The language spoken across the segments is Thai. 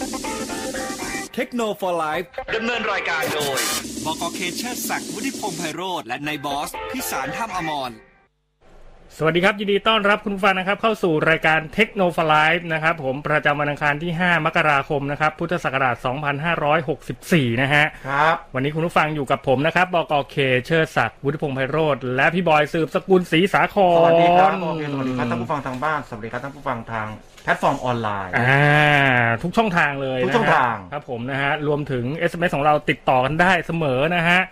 เทคโนโลยีไลฟ์ดำเนินรายการโดยบก.เคเชอร์ศักดิ์วุฒิพงษ์ไพโรจน์และนายบอสพิสารถ้ำอมรสวัสดีครับยินดีต้อนรับคุณผู้ฟังนะครับเข้าสู่รายการเทคโนโลยีไลฟ์นะครับผมประจำวันอังคารที่5มกราคมนะครับพุทธศักราช2564นะฮะครับวันนี้คุณผู้ฟังอยู่กับผมนะครับบก.เคเชอร์ศักดิ์วุฒิพงษ์ไพโรจน์และพี่บอยสืบสกุลศรีสาครสวัสดีครับสวัสดีครับท่านผู้ฟังทางบ้านสวัสดีครับท่านผู้ฟังทางแพลตฟอร์มออนไลน์ทุกช่องทางเลยทุกช่องทางครับผมนะฮะรวมถึง SMS ของเราติดต่อกันได้เสมอนะฮะ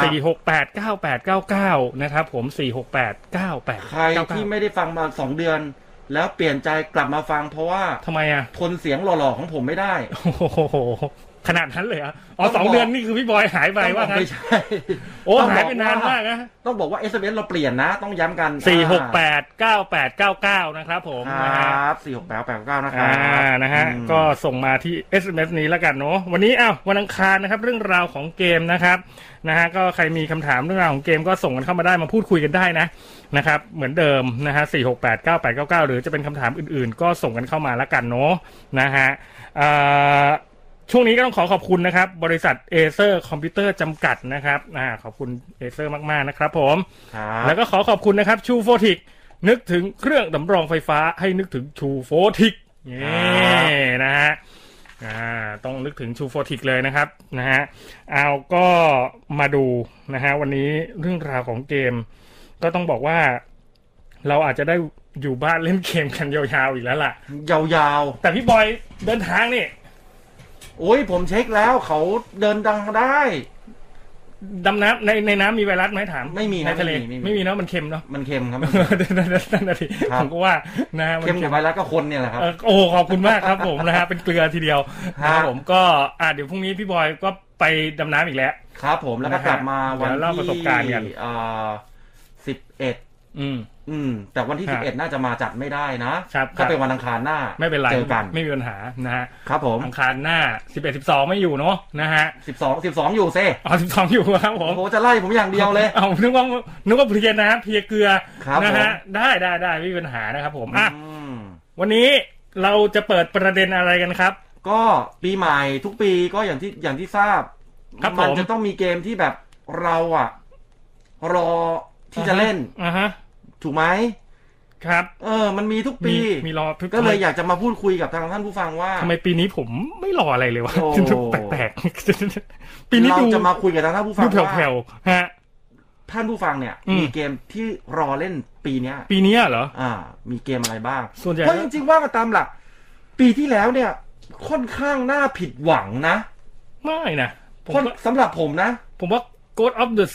4689899นะครับผม4689899 ใครที่ไม่ได้ฟังมา2เดือนแล้วเปลี่ยนใจกลับมาฟังเพราะว่าทำไมอ่ะทนเสียงหล่อๆของผมไม่ได้โอ้โหขนาดนั้นเลยอ่ะ2เดือนนี่คือพี่บอยหายไปว่างั้นไม่ใช่โอ้หายไปนานมากนะต้องบอกว่า SMS เราเปลี่ยนนะต้องย้ำกัน 4689899นะครับผมครับ4689899นะครับนะฮะก็ส่งมาที่ SMS นี้แล้วกันเนาะวันนี้วันอังคารนะครับเรื่องราวของเกมนะครับนะฮะก็ใครมีคำถามเรื่องราวของเกมก็ส่งกันเข้ามาได้มาพูดคุยกันได้นะครับเหมือนเดิมนะฮะ4689899หรือจะเป็นคำถามอื่นๆก็ส่งกันเข้ามาแล้วกันเนาะนะฮะช่วงนี้ก็ต้องขอบคุณนะครับบริษัท Acer คอมพิวเตอร์จำกัดนะครับขอบคุณ Acer มากๆนะครับผมแล้วก็ขอบคุณนะครับชูโฟติกนึกถึงเครื่องสำรองไฟฟ้าให้นึกถึงชูโฟติกนี่นะฮะต้องนึกถึงชูโฟติกเลยนะครับนะฮะเอาก็มาดูนะฮะวันนี้เรื่องราวของเกมก็ต้องบอกว่าเราอาจจะได้อยู่บ้านเล่นเกมกันยาวๆอีกแล้วล่ะยาวๆแต่พี่บอยเดินทางนี่โอ้ยผมเช็คแล้วเขาเดินดังได้ดำน้ำในน้ำมีไวรัสไหมถามไม่มีในทะเลไม่มีเนาะมันเค็มเนาะมันเค็มครับนั่นน่ะสิผมก็ว่านะเค็มกับไวรัสก็คนเนี่ยแหละครับโอ้ขอบคุณมากครับผมนะฮะเป็นเกลือทีเดียวนะครับผมก็เดี๋ยวพรุ่งนี้พี่บอยก็ไปดำน้ำอีกแล้วครับผมแล้วก็กลับมาวันที่11แต่วันที่11น่าจะมาจัดไม่ได้นะถ้าเป็นวันอังคารหน้าไม่เป็นไรเจอกันไม่มีปัญหานะฮะครับผมอังคารหน้า11 12ไม่อยู่เนาะนะฮะ 12อยู่ซิ 12อยู่ครับผมโอ้จะไล่ผมอย่างเดียวเลยนึกว่าเพลียนะเพลียเกลือนะฮะได้ไม่มีปัญหานะครับผมวันนี้เราจะเปิดประเด็นอะไรกันครับก็ปีใหม่ทุกปีก็อย่างที่ทราบมันจะต้องมีเกมที่แบบเรารอที่จะเล่นถูกไหมครับมันมีทุกปีมีรอก็เลยอยากจะมาพูดคุยกับทางท่านผู้ฟังว่าทำไมปีนี้ผมไม่รออะไรเลยวะแปลกๆปีนี้เราจะมาคุยกับทางท่านผู้ฟังว่าแผ่วๆฮะท่านผู้ฟังเนี่ยมีเกมที่รอเล่นปีนี้เหรอมีเกมอะไรบ้างเพราะจริงๆว่ากันตามหลักปีที่แล้วเนี่ยค่อนข้างน่าผิดหวังนะไม่นะสำหรับผมนะผมว่า Ghost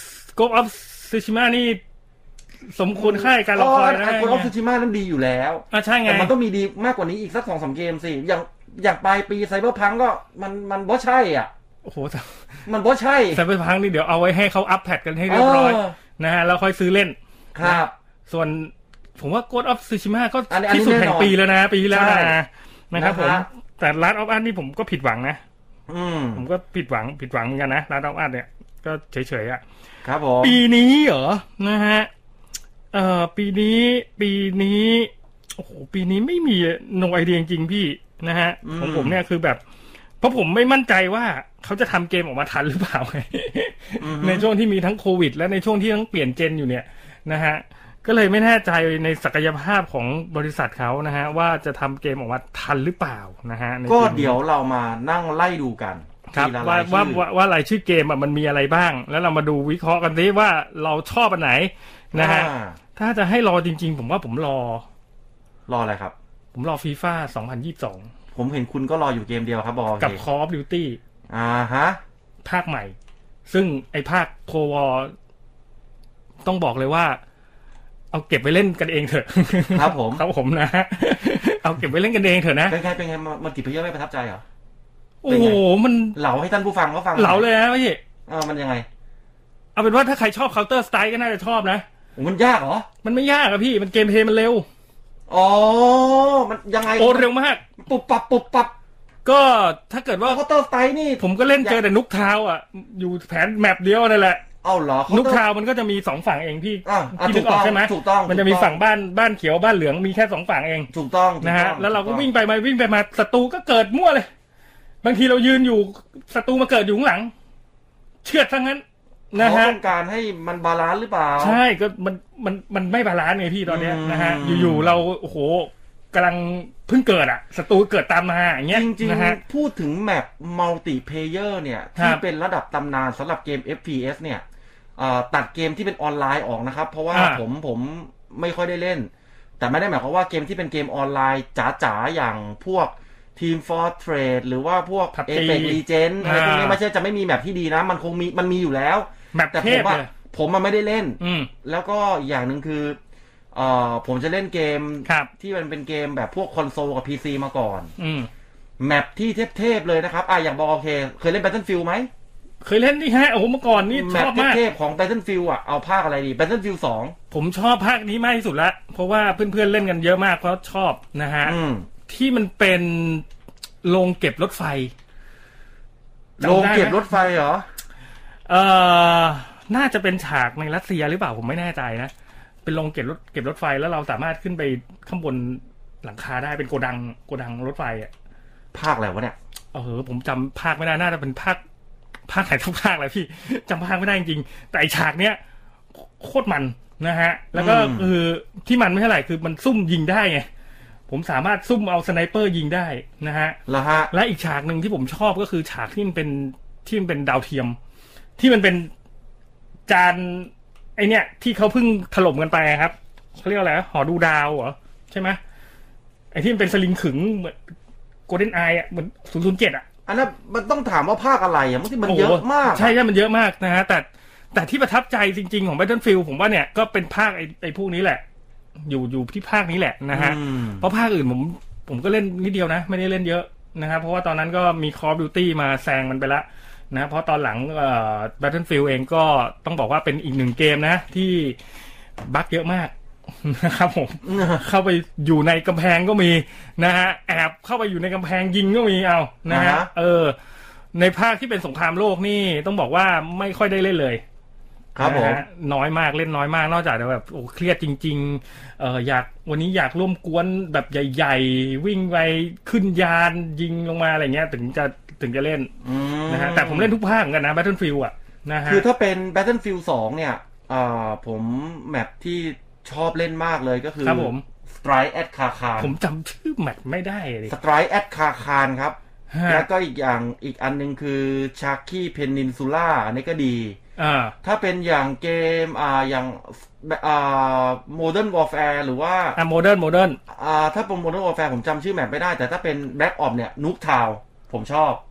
of Tsushima นี่สมควรค่าการรอคอยนะ Ghost of Tsushima นั้นดีอยู่แล้วใช่ไงแต่มันต้องมีดีมากกว่านี้อีกสัก 2-3 เกมสิอย่างปลายปี Cyberpunk ก็มันบ่ใช่โอ้โหมันบ่ใช่ Cyberpunk นี่เดี๋ยวเอาไว้ให้เขาอัปแพทกันให้เรียบร้อยนะฮะแล้วค่อยซื้อเล่นครับส่วนผมว่า Ghost of Tsushima ก็ที่สุดแห่งปีแล้วนะปีที่แล้วนะครับผมแต่ Last of Us นี่ผมก็ผิดหวังนะผมก็ผิดหวังเหมือนกันนะ Last of Us เนี่ยก็เฉยๆครับผมปีนี้เหรอนะฮะปีนี้โอ้โหปีนี้ไม่มีโนไอเดียจริงๆพี่นะฮะของผมเนี่ยคือแบบเพราะผมไม่มั่นใจว่าเขาจะทำเกมออกมาทันหรือเปล่าในช่วงที่มีทั้งโควิดและในช่วงที่ต้องเปลี่ยนเจนอยู่เนี่ยนะฮะก็เลยไม่แน่ใจในศักยภาพของบริษัทเขานะฮะว่าจะทำเกมออกมาทันหรือเปล่านะฮะก็เดี๋ยวเรามานั่งไล่ดูกันครับว่ารายชื่อเกมมันมีอะไรบ้างแล้วเรามาดูวิเคราะห์กันดิว่าเราชอบอันไหนนะฮะถ้าจะให้รอจริงๆผมว่าผมรออะไรครับผมรอ FIFA 2022 ผมเห็นคุณก็รออยู่เกมเดียวครับบอกับ Call of Duty ฮะภาคใหม่ซึ่งไอ้ภาคโควอต้องบอกเลยว่าเอาเก็บไว้เล่นกันเองเถอะครับผมนะเอาเก็บไว้เล่นกันเองเถอะนะเป็นไงมัลติเพลเยอร์ไม่ประทับใจเหรอโอ้โหมันเหลาให้ท่านผู้ฟังเขาฟังเหลาเลยนะพี่มันยังไงเอาเป็นว่าถ้าใครชอบ Counter Strike ก็น่าจะชอบนะมันยากเหรอมันไม่ยากอะพี่มันเกมเพลย์มันเร็วมันยังไงโอ้เร็วมากปุบปับก็ถ้าเกิดว่า Counter Strike นี่ผมก็เล่นเจอแต่นุกทาวอยู่แผนแมปเดียวนั่นแหละเหรอนุกทาวมันก็จะมี2ฝั่งเองพี่นึกออกใช่ไหมถูกต้องมันจะมีฝั่งบ้านเขียวบ้านเหลืองมีแค่2ฝั่งเองถูกต้องนะฮะแล้วเราก็วิ่งไปมาศัตรูก็เกิดมั่วเลยบางทีเรายืนอยู่ศัตรูมาเกิดอยู่ข้างหลังเชือดทั้งนั้นนะฮะต้องการให้มันบาลานซ์หรือเปล่าใช่ก็มันไม่บาลานซ์ไงพี่ตอนเนี้ยนะฮะอยู่ๆเราโอ้โหกำลังเพิ่งเกิดอ่ะศัตรูเกิดตามมาอย่างเงี้ยจริงๆพูดถึงแมปมัลติเพลเยอร์เนี่ยที่เป็นระดับตำนานสำหรับเกม FPS เนี่ยตัดเกมที่เป็นออนไลน์ออกนะครับเพราะว่าผมไม่ค่อยได้เล่นแต่ไม่ได้หมายความว่าเกมที่เป็นเกมออนไลน์จ๋าๆอย่างพวก Team Fortress หรือว่าพวก Apex Legends อะไรพวกนี้ไม่ใช่จะไม่มีแมปที่ดีนะมันมีอยู่แล้วแต่ผมมันไม่ได้เล่นแล้วก็อย่างนึงคือผมจะเล่นเกมที่มันเป็นเกมแบบพวกคอนโซลกับ PC มาก่อนแมปที่เทพๆเลยนะครับอย่างบอกโอเคเคยเล่น Battlefield ไหมเคยเล่นนี่ฮะโอ้โหเมื่อก่อนนี่ชอบมากแมปเทพๆของ Battlefield เอาภาคอะไรดี Battlefield 2 ผมชอบภาคนี้มากที่สุดละเพราะว่าเพื่อนๆเล่นกันเยอะมากเพราะชอบนะฮะที่มันเป็นโรงเก็บรถไฟโรงเก็บรถไฟเหรอน่าจะเป็นฉากในรัสเซียหรือเปล่าผมไม่แน่ใจนะเป็นโรงเก็บรถไฟแล้วเราสามารถขึ้นไปข้างบนหลังคาได้เป็นโกดังรถไฟอ่ะภาคอะไรวะเนี่ยผมจำภาคไม่ได้น่าจะเป็นภาคไหนทุกภาคเลยพี่จำภาคไม่ได้จริงแต่ไอฉากเนี้ยโคตรมันนะฮะแล้วก็คือที่มันไม่เท่าไหร่คือมันซุ่มยิงได้ไงผมสามารถซุ่มเอาสไนเปอร์ยิงได้นะฮะและอีกฉากหนึ่งที่ผมชอบก็คือฉากที่มันเป็นดาวเทียมที่มันเป็นจานไอเนี้ยที่เขาเพิ่งถล่มกันไปครับเขาเรียกอะไรหอดูดาวเหรอใช่ไหมไอที่มันเป็นสลิงขึงเหมือนโกลเด้นไออ่ะเหมือน007อ่ะอันนั้นมันต้องถามว่าภาคอะไรอ่ะมันเยอะมากใช่มันเยอะมากนะฮะแต่ที่ประทับใจจริงๆของ Battlefield ผมว่าเนี่ยก็เป็นภาคไอพวกนี้แหละอยู่ที่ภาคนี้แหละนะฮะเพราะภาคอื่นผมก็เล่นนิดเดียวนะไม่ได้เล่นเยอะนะครับเพราะว่าตอนนั้นก็มี Call of Duty มาแซงมันไปละนะเพราะตอนหลังBattlefield เองก็ต้องบอกว่าเป็นอีกหนึ่งเกมนะที่บั๊กเยอะมากนะครับผมเข้าไปอยู่ในกำแพงก็มีนะฮะแอบเข้าไปอยู่ในกำแพงยิงก็มีนะฮะในภาคที่เป็นสงครามโลกนี่ต้องบอกว่าไม่ค่อยได้เล่นเลยครับผมน้อยมากเล่นน้อยมากนอกจากแบบเครียดจริงๆวันนี้อยากร่วมกวนแบบใหญ่ๆวิ่งไปขึ้นยานยิงลงมาอะไรเงี้ยถึงจะเล่นนะฮะแต่ผมเล่นทุกภาคเหมือนกันนะ Battlefield อ่ะนะฮะคือถ้าเป็น Battlefield 2เนี่ยผมแมปที่ชอบเล่นมากเลยก็คือ Strike at Kharkhan ผมจำชื่อแมปไม่ได้เลย Strike at Kharkhan ครับแล้วก็อีกอันนึงคือ Shaki Peninsula อันนี้ก็ดีถ้าเป็นอย่างเกมอย่างModern Warfare หรือว่า Modern ถ้าเป็น Modern Warfare ผมจำชื่อแมปไม่ได้แต่ถ้าเป็น Black Ops เนี่ย Nuke Town ผมชอบ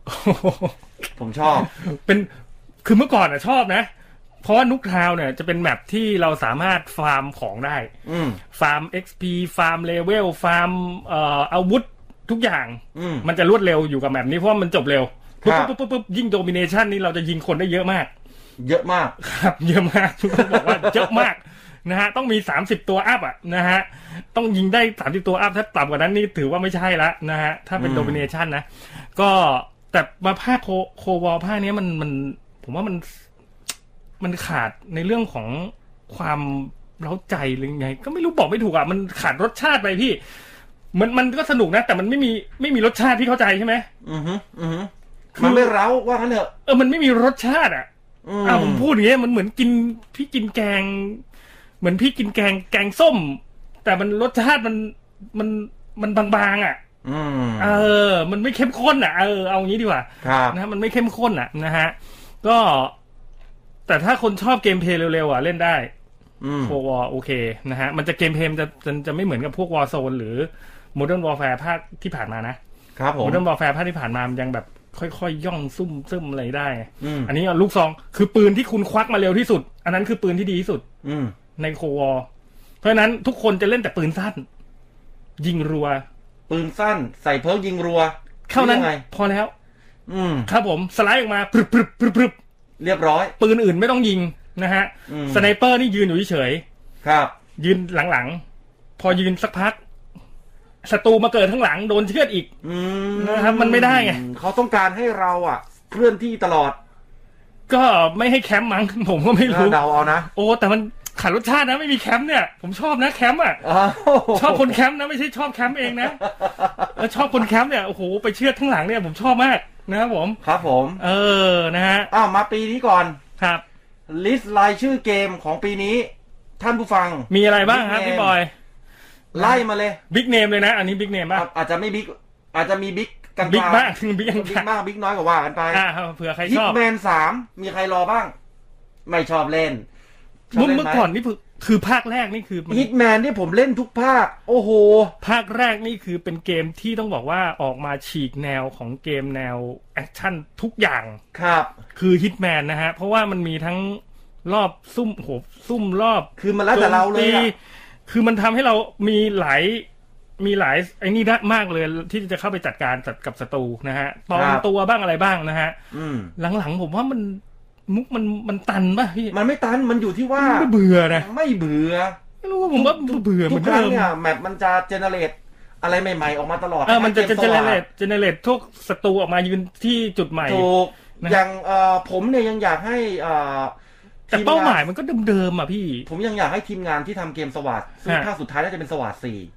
เป็นคือเมื่อก่อนชอบนะเพราะว่านุกทาวเนี่ยจะเป็นแมปที่เราสามารถฟาร์มของได้ฟาร์ม XP ฟาร์มเลเวลฟาร์มอาวุธทุกอย่างมันจะรวดเร็วอยู่กับแมปนี้เพราะมันจบเร็วปุ๊บยิ่งโดมิเนชันนี่เราจะยิงคนได้เยอะมากครับเยอะมากทุกคนบอกว่าเยอะมากนะฮะต้องมี30ตัวอัพนะฮะต้องยิงได้30ตัวอัพถ้าต่ำกว่านั้นนี่ถือว่าไม่ใช่ละนะฮะถ้าเป็นโดมิเนชันนะก็แต่มาภาคโควอลภาคนี้มันผมว่ามันขาดในเรื่องของความเร้าใจหรือไงก็ไม่รู้บอกไม่ถูกมันขาดรสชาติไปพี่มันก็สนุกนะแต่มันไม่มีรสชาติที่เข้าใจใช่ไหมมันไม่เร้าว่างั้นเถอะมันไม่มีรสชาติผมพูดอย่างเงี้ยมันเหมือนพี่กินแกงเหมือนพี่กินแกงส้มแต่มันรสชาติมันบางมันไม่เข้มข้นเอางี้ดีกว่านะมันไม่เข้มข้นนะฮะก็แต่ถ้าคนชอบเกมเพลย์เร็วๆเล่นได้โควอโอเคนะฮะมันจะเกมเพลย์จะไม่เหมือนกับพวก Warzone หรือ Modern Warfare ภาคที่ผ่านมานะครับผม Modern Warfare ภาคที่ผ่านมามันยังแบบค่อยๆย่องซุ่มอะไรได้อันนี้ลูกซองคือปืนที่คุณควักมาเร็วที่สุดอันนั้นคือปืนที่ดีที่สุดในโควอเพราะฉะนั้นทุกคนจะเล่นแต่ปืนสั้นยิงรัวปืนสั้นใส่เพิร์กยิงรัวเท่านั้นพอแล้วครับผมสไลด์ออกมาปรึบเรียบร้อยปืนอื่นไม่ต้องยิงนะฮะสไนเปอร์นี่ยืนอยู่เฉยๆครับยืนหลังๆพอยืนสักพักศัตรูมาเกิดข้างหลังโดนเชือดอีกนะครับมันไม่ได้ไงเขาต้องการให้เราเคลื่อนที่ตลอดก็ไม่ให้แคมป์มั้งผมก็ไม่รู้เดาเอานะโอ้แต่มันขาดรสชาตินะไม่มีแคมป์เนี่ยผมชอบนะแคมป์ชอบคนแคมป์นะไม่ใช่ชอบแคมป์เองนะชอบคนแคมป์เนี่ยโอ้โหไปเชือดข้างหลังเนี่ยผมชอบมากนะครับผมครับผมนะฮะมาปีนี้ก่อนครับลิสต์รายชื่อเกมของปีนี้ท่านผู้ฟังมีอะไรบ้างครับพี่บอยไล่มาเลยบิ๊กเนมเลยนะอันนี้บิ๊กเนมป่ะอาจจะไม่บิ๊กอาจจะมีบิ๊กกลางๆบิ๊กมากบิ๊กมากบิ๊กน้อยกว่าว่ากันไปเผื่อใครชอบ Hitman 3มีใครรอบ้างไม่ชอบเล่นเมื่อก่อนนี่คือภาคแรกนี่คือ Hitman ที่ผมเล่นทุกภาคโอ้โหภาคแรกนี่คือเป็นเกมที่ต้องบอกว่าออกมาฉีกแนวของเกมแนวแอคชั่นทุกอย่างครับคือ Hitman นะฮะเพราะว่ามันมีทั้งรอบซุ่มรอบคือมันแล้วแต่เราเลยคือมันทำให้เรามีหลายไอ้นี่ได้มากเลยที่จะเข้าไปจัดการกับศัตรูนะฮะปลอมตัวบ้างอะไรบ้างนะฮะหลังๆผมว่ามุกมันตันป่ะพี่มันไม่ตันมันอยู่ที่ว่าไม่เบื่อนะไม่เบื่อไม่รู้ว่าผมว่าเบื่อเหมือนเดิมเนี่ยแมปมันจะเจเนเรตอะไรใหม่ๆออกมาตลอดมันจะเจเนเรตทุกศัตรูออกมายืนที่จุดใหม่ถูกอย่างผมเนี่ยยังอยากให้แต่เป้าหมายมันก็เดิมอ่ะพี่ผมยังอยากให้ทีมงานที่ทำเกมสวัสดิ์ซึ่งภาคสุดท้ายน่าจะเป็นสวัสดิ์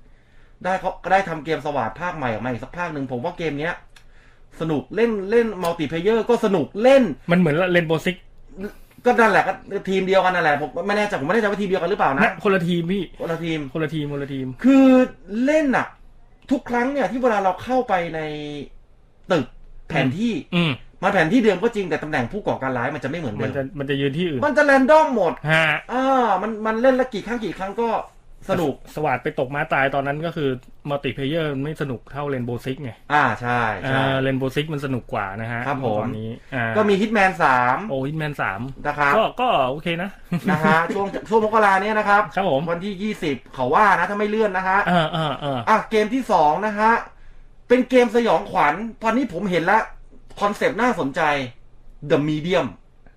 4ได้เขาก็ได้ทำเกมสวัสดิ์ภาคใหม่ออกมาอีกสักภาคนึงผมว่าเกมเนี้ยสนุกเล่นมัลติเพลเยอร์ก็สนุกเล่นมันเหมือนเล่นโบซิกก็นั่นแหละก็ทีมเดียวกันนั่นแหละผมไม่แน่ใจว่าทีมเดียวกันหรือเปล่านะคนละทีมพี่คนละทีมคือเล่นน่ะทุกครั้งเนี่ยที่เวลาเราเข้าไปในตึกแผนที่มาแผนที่เดิมก็จริงแต่ตำแหน่งผู้ก่อการร้ายมันจะไม่เหมือนเดิมมันจะยืนที่อื่นมันจะแรนดอมหมดมันเล่นละกี่ครั้งก็สนุกสวัสดไปตกม้าตายตอนนั้นก็คือมัลติเพลเยอร์ไม่สนุกเท่าเรนโบว์ซิกไงใช่เรนโบว์ซิกมันสนุกกว่านะฮะครับผมตอนนี้ก็มี Hitman 3 Hitman 3 นะครับก็โอเคนะฮะช่วงมกราเนี่ยนะครับครับผมวันที่20เขาว่านะถ้าไม่เลื่อนนะฮะเกมที่2นะฮะเป็นเกมสยองขวัญตอนนี้ผมเห็นแล้วคอนเซปต์น่าสนใจ The Medium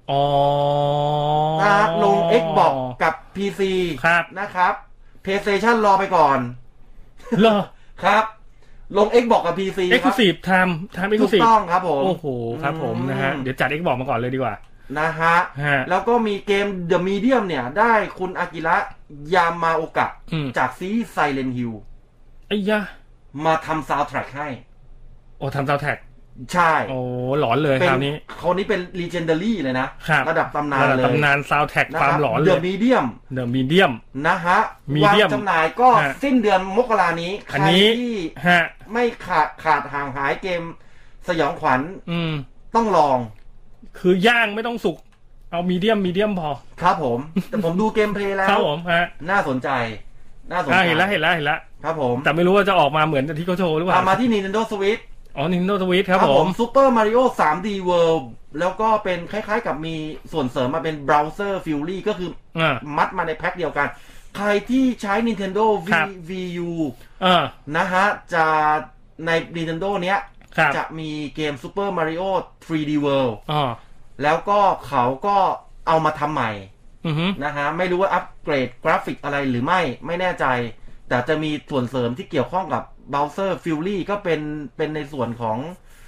นะครับลง Xbox กับ PC นะครับ PlayStation รอไปก่อนเหรอครับลง Xbox กับ PC ครับ Exclusive ทำ Exclusive ถูกต้องครับผมโอ้โหครับผมนะฮะเดี๋ยวจัด Xbox มาก่อนเลยดีกว่านะฮะแล้วก็มีเกม The Medium เนี่ยได้คุณอากิระยามาโอกะจากซีรีส์ Silent Hill ไอ้ยะมาทำซาวด์แทร็กให้ทำซาวด์แทร็กใช่โอ้หลอนเลยคราวนี้คนนี้เป็น legendary เลยนะระดับตำนานเลยตำนานซาวด์แทร็กความหลอนเลย The Medium นะฮะวางจำหน่ายก็สิ้นเดือนมกรานี้ใครที่ไม่ขาดห่างหายเกมสยองขวัญต้องลองคือย่างไม่ต้องสุกเอามีเดียมพอครับผมแต่ผมดูเกมเพลย์แล้วครับผมน่าสนใจเห็นแล้วครับผมแต่ไม่รู้ว่าจะออกมาเหมือนที่เขาโชว์หรือเปล่ามาที่ Nintendo Switch Nintendo Switch ครับผม Super Mario 3D World แล้วก็เป็นคล้ายๆกับมีส่วนเสริมมาเป็น Browser Fury ก็คือมัดมาในแพ็คเดียวกันใครที่ใช้ Nintendo Wii U นะฮะจะใน Nintendo เนี้ยจะมีเกม Super Mario 3D World แล้วก็เขาก็เอามาทำใหม่นะฮะไม่รู้ว่าอัปเกรดกราฟิกอะไรหรือไม่แน่ใจแต่จะมีส่วนเสริมที่เกี่ยวข้องกับ Browser Fury ก็เป็นในส่วนของ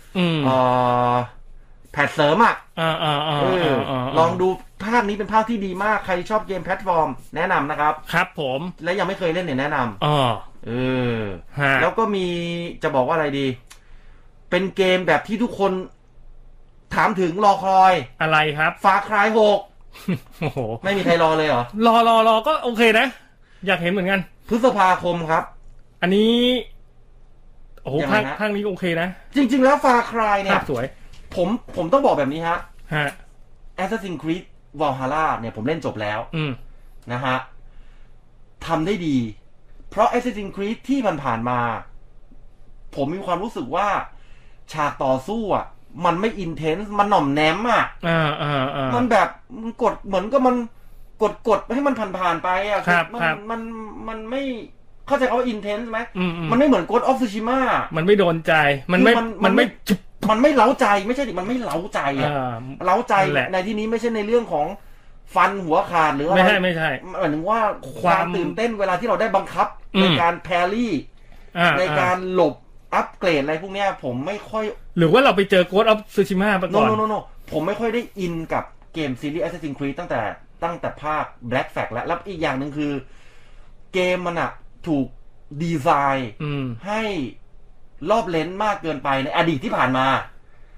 แพทเสริมลองดูภาคนี้เป็นภาคที่ดีมากใครชอบเกมแพลตฟอร์มแนะนำนะครับครับผมและยังไม่เคยเล่นเนี่ยแนะนำแล้วก็มีจะบอกว่าอะไรดีเป็นเกมแบบที่ทุกคนถามถึงรอคอยอะไรครับ Far Cry 6 โอ้โหไม่มีใครรอเลยเหรอรอก็โอเคนะอยากเห็นเหมือนกันพฤษภาคมครับอันนี้โอ้โหภาคนี้โอเคนะจริงๆแล้ว Far Cry เนี่ยสวยผมต้องบอกแบบนี้ฮะ Assassin's Creed Valhalla เนี่ยผมเล่นจบแล้วนะฮะทำได้ดีเพราะ Assassin's Creed ที่ผ่านมาผมมีความรู้สึกว่าฉากต่อสู้อ่ะมันไม่อินเทนส์มันหน่อมแนมอ่ะมันแบบมันกดเหมือนก็มันกดให้มันผ่านไปอ่ะมันไม่เข้าใจว่าอินเทนส์ไหมมันไม่เหมือน Ghost of Tsushima มันไม่โดนใจมันไม่เล้าใจไม่ใช่ดิมันไม่เล้าใจอ่ะเล้าใจในที่นี้ไม่ใช่ในเรื่องของฟันหัวขาดหรืออะไรไม่ใช่หมายถึงว่าความตื่นเต้นเวลาที่เราได้บังคับในการแพรี่ในการหลบอัปเกรดอะไรพวกเนี้ยผมไม่ค่อยหรือว่าเราไปเจอ Ghost of Tsushima มาก่อนโนผมไม่ค่อยได้อินกับเกมซีรีส์ Assassin's Creed ตั้งแต่ภาค Black Flag แล้วอีกอย่างนึงคือเกมมันอะถูกดีไซน์ให้รอบเลนส์มากเกินไปในอดีตที่ผ่านมา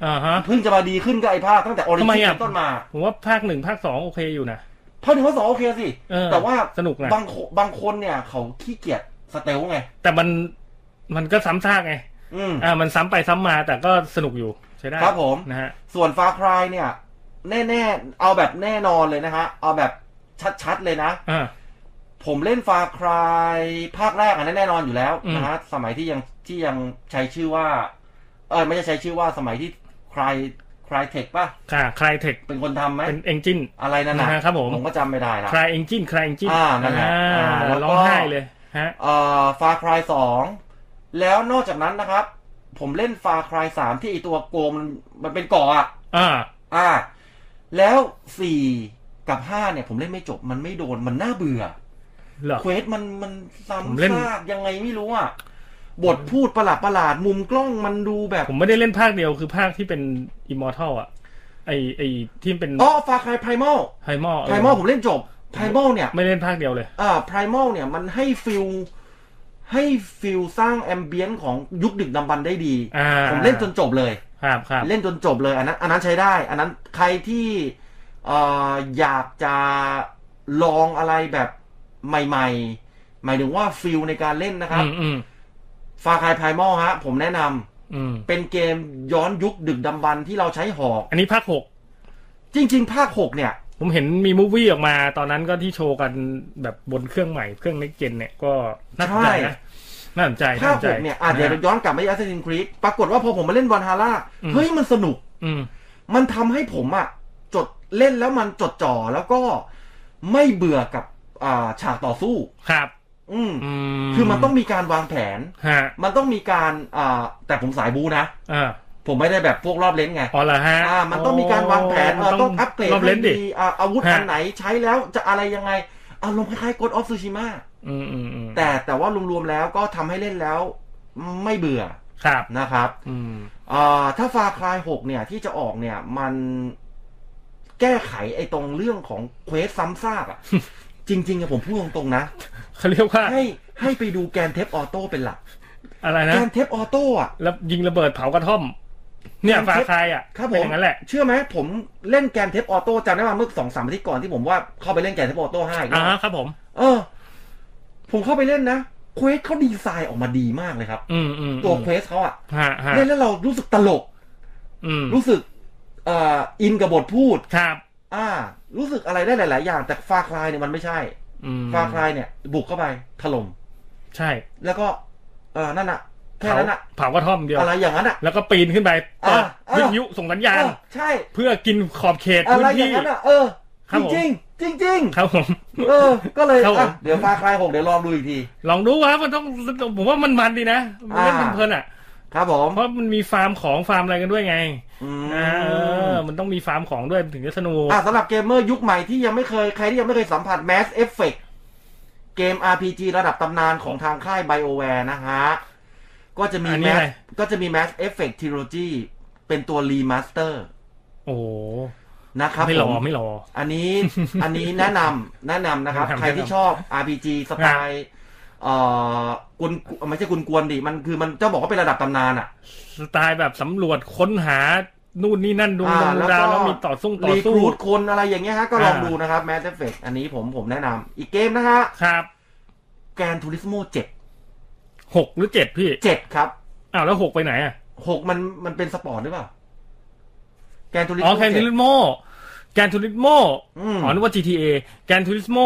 เพิ่งจะมาดีขึ้นกับไอ้ภาคตั้งแต่ออริจินต้นมาผมว่าภาค1ภาค2โอเคอยู่นะภาค1ภาค2โอเคสิแต่ว่าสนุกนะบางคนเนี่ยเขาขี้เกียจสเตลไงแต่มันก็ซ้ำซากไงมันซ้ำไปซ้ำมาแต่ก็สนุกอยู่ใช่ได้ครับผมนะฮะส่วน Far Cry เนี่ยแน่ๆเอาแบบแน่นอนเลยนะฮะเอาแบบชัดๆเลยนะผมเล่น Far Cry ภาคแรกแน่นอนอยู่แล้วนะฮะสมัยที่ยังใช้ชื่อว่าไม่ใช่ใช้ชื่อว่าสมัยที่Crytek ป่ะ Crytek เป็นคนทำไหมเป็น Engine อะไรนั่นนะครับผมก็จำไม่ได้ละ Engine นั่นแหละร้องไห้เลยฮะ Far Cry 2แล้วนอกจากนั้นนะครับผมเล่น Far Cry 3ที่ไอตัวโกมันเป็นเกาะแล้ว4กับ5เนี่ยผมเล่นไม่จบมันไม่โดนมันน่าเบื่อเควสมันซ้ำซากยังไงไม่รู้อ่ะบทพูดประหลาดมุมกล้องมันดูแบบผมไม่ได้เล่นภาคเดียวคือภาคที่เป็น Immortal อ่ะไอที่เป็น Far Cry Primal ผมเล่นจบ Primal เนี่ยไม่เล่นภาคเดียวเลย Primal เนี่ยมันให้ฟิลสร้างแอมเบียนซ์ของยุคดึกดำบรรพ์ได้ดีผมเล่นจนจบเลยครับเล่นจนจบเลยอันนั้นใช้ได้อันนั้นใครที่อยากจะลองอะไรแบบใหม่ๆหมายถึงว่าฟิลในการเล่นนะครับFar Cry Primal ฮะผมแนะนำเป็นเกมย้อนยุคดึกดำบรรพ์ที่เราใช้หอกอันนี้ภาค6 จริงๆภาค6เนี่ยผมเห็นมีมูฟวี่ออกมาตอนนั้นก็ที่โชว์กันแบบบนเครื่องใหม่เครื่อง Next Gen เนี่ยก็น่าสนใจนะน่าสนใจภาค6เนี่ยเดี๋ยวย้อนกลับไป Assassin's Creed ปรากฏว่าพอผมมาเล่น Valhalla เฮ้ยมันสนุกมันทำให้ผมจดเล่นแล้วมันจดจ่อแล้วก็ไม่เบื่อกับฉากต่อสู้ครับคือมันต้องมีการวางแผนมันต้องมีการแต่ผมสายบูนะผมไม่ได้แบบพวกรอบเลนไงเหรอฮะมันต้องมีการวางแผนต้องอัปเกรดให้ดีอาวุธอันไหนใช้แล้วจะอะไรยังไงอารมณ์คล้ายๆ Ghost of Tsushima แต่ว่ารวมๆแล้วก็ทำให้เล่นแล้วไม่เบื่อนะครับถ้า Far Cry 6เนี่ยที่จะออกเนี่ยมันแก้ไขไอ้ตรงเรื่องของเควสซ้ำซากจริงๆผมพูดตรงๆนะเขาเรียกว่าให้ไปดูแกนเทปออโต้เป็นหลักอะไรนะแกนเทปออโต้แล้วยิงระเบิดเผากระท่อมเนี่ยFar Cry ครับผมอย่างนั้นแหละเชื่อไหมผมเล่นแกนเทปออโต้จำได้มาเมื่อ 2-3 อาทิตย์ก่อนที่ผมว่าเข้าไปเล่นแกนเทปออโต้5อีกแล้วครับผมผมเข้าไปเล่นนะเควสเขาดีไซน์ออกมาดีมากเลยครับตัวเควสเขาเล่นแล้วเรารู้สึกตลกรู้สึกอินกับบทพูดครับรู้สึกอะไรได้หลายๆอย่างแต่Far Cryเนี่ยมันไม่ใช่Far Cryเนี่ยบุกเข้าไปถล่มใช่แล้วก็นั่นน่ะแค่นั้นน่ะเผากระท่อมเดียวอะไรอย่างนั้นน่ะแล้วก็ปีนขึ้นไปเปิดวิทยุส่งสัญญาณใช่เพื่อกินขอบเขตพื้นที่อะไรอย่างนั้นน่ะจริงครับผมก็เลยเดี๋ยวFar Cry 6เดี๋ยวลองดูอีกทีลองดูครับมันต้องผมว่ามันดีนะเล่นเพลินครับผมเพราะมันมีฟาร์มของฟาร์มอะไรกันด้วยไงมันต้องมีฟาร์มของด้วยถึงจะสนุกสำหรับเกมเมอร์ยุคใหม่ที่ยังไม่เคยใครที่ยังไม่เคยสัมผัส Mass Effect เกม RPG ระดับตำนานของทางค่าย BioWare นะฮะก็จะมี Mass Effect Trilogy เป็นตัวรีมาสเตอร์นะครับไม่รออันนี้แนะนำนะครับใครที่ชอบ RPG สไตล์กุนไม่ใช่กวนดิมันคือมันจะบอกว่าเป็นระดับตำนานสไตล์แบบสำรวจค้นหานู่นนี่นั่นดูดาวแล้วมีต่อสู้รีครูทคนอะไรอย่างเงี้ยฮะก็ลองดูนะครับ Mass Effect อันนี้ผมแนะนำอีกเกมนะฮะครับ Gran Turismo 7 6หรือ7พี่ 7ครับแล้ว6ไปไหน 6มันเป็นสปอร์ตหรือเปล่า Gran Turismo Gran Turismo นึกว่า GTA Gran Turismo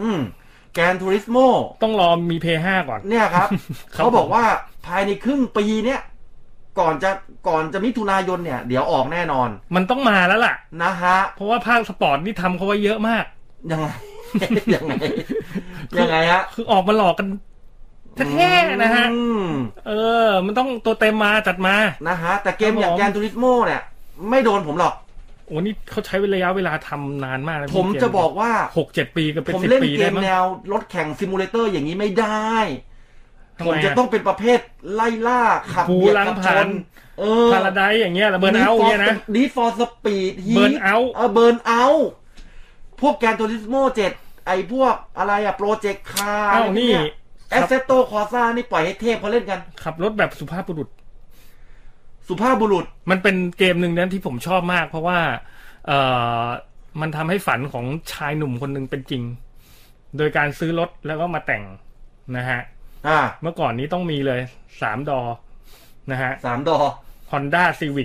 Gran Turismo ต้องรอมี PS5 ก่อนเนี่ยครับ เขาบอกว่าภายในครึ่งปีเนี้ยก่อนจะมิถุนายนเนี่ยเดี๋ยวออกแน่นอนมันต้องมาแล้วล่ะนะฮะเพราะว่าภาคสปอร์ตนี่ทำเขาไว้เยอะมากยังไงฮะคือออกมาหลอกกันแท้ๆนะฮะมันต้องตัวเต็มมาจัดมานะฮะแต่เกมอย่าง Gran Turismo เนี่ยไม่โดนผมหรอกโอ้นี่เขาใช้ระยะเวลาทำนานมากผมจะบอกว่า 6-7 ปีก็เป็น10 ปีผมเล่นเกมแนวรถแข่งซิมูเลเตอร์อย่างนี้ไม่ได้ผมจะต้องเป็นประเภทไล่ล่าขับเบียดขับชนพาราไดซ์อย่างเงี้ยเบิร์นเอาท์เนี่ยนะ Need for Speed เบิร์นเอาท์เบิร์นเอาท์พวก Gran Turismo 7ไอ้พวกอะไรโปรเจกต์คาร์นี่ Assetto Corsa นี่ปล่อยให้เทพเขาเล่นกันขับรถแบบสุภาพบุรุษสุภาพบุรุษมันเป็นเกมหนึ่งนั้นที่ผมชอบมากเพราะว่ามันทำให้ฝันของชายหนุ่มคนหนึ่งเป็นจริงโดยการซื้อรถแล้วก็มาแต่งนะฮะเมื่อก่อนนี้ต้องมีเลย3 ดอนะฮะ 3 ดอ Honda Civic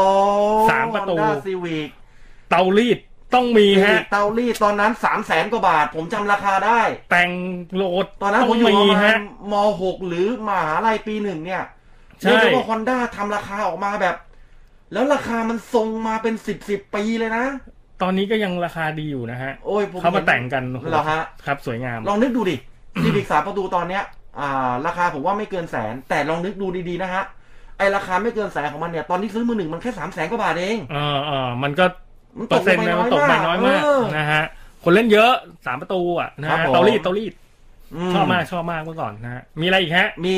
3 ประตู Honda Civic เตารีดต้องมีฮะเตารีดตอนนั้น 300,000 กว่าบาทผมจำราคาได้แต่งโหลดตอนนั้นผมอยู่ประมาณม.6 หรือมหาลัยปี 1เนี่ยเรียกได้ว่า Honda ทำราคาออกมาแบบแล้วราคามันทรงมาเป็น10 ปีเลยนะตอนนี้ก็ยังราคาดีอยู่นะฮะโอ้ยเขามาแต่งกันเหรอฮะครับสวยงามลองนึกดูดิ Civic 3 ประตูตอนเนี้ยราคาผมว่าไม่เกินแสนแต่ลองนึกดูดีๆนะฮะไอราคาไม่เกินแสนของมันเนี่ยตอนนี้ซื้อมือหนึ่งมันแค่300,000 กว่าบาทเองมันก็เปอร์เซ็นต์มันตกไปน้อยมากนะฮะคนเล่นเยอะ3 ประตูอ่ะนะฮะเตารีดชอบมากเมื่อก่อนนะฮะมีอะไรอีกฮะมี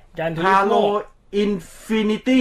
Halo Infinity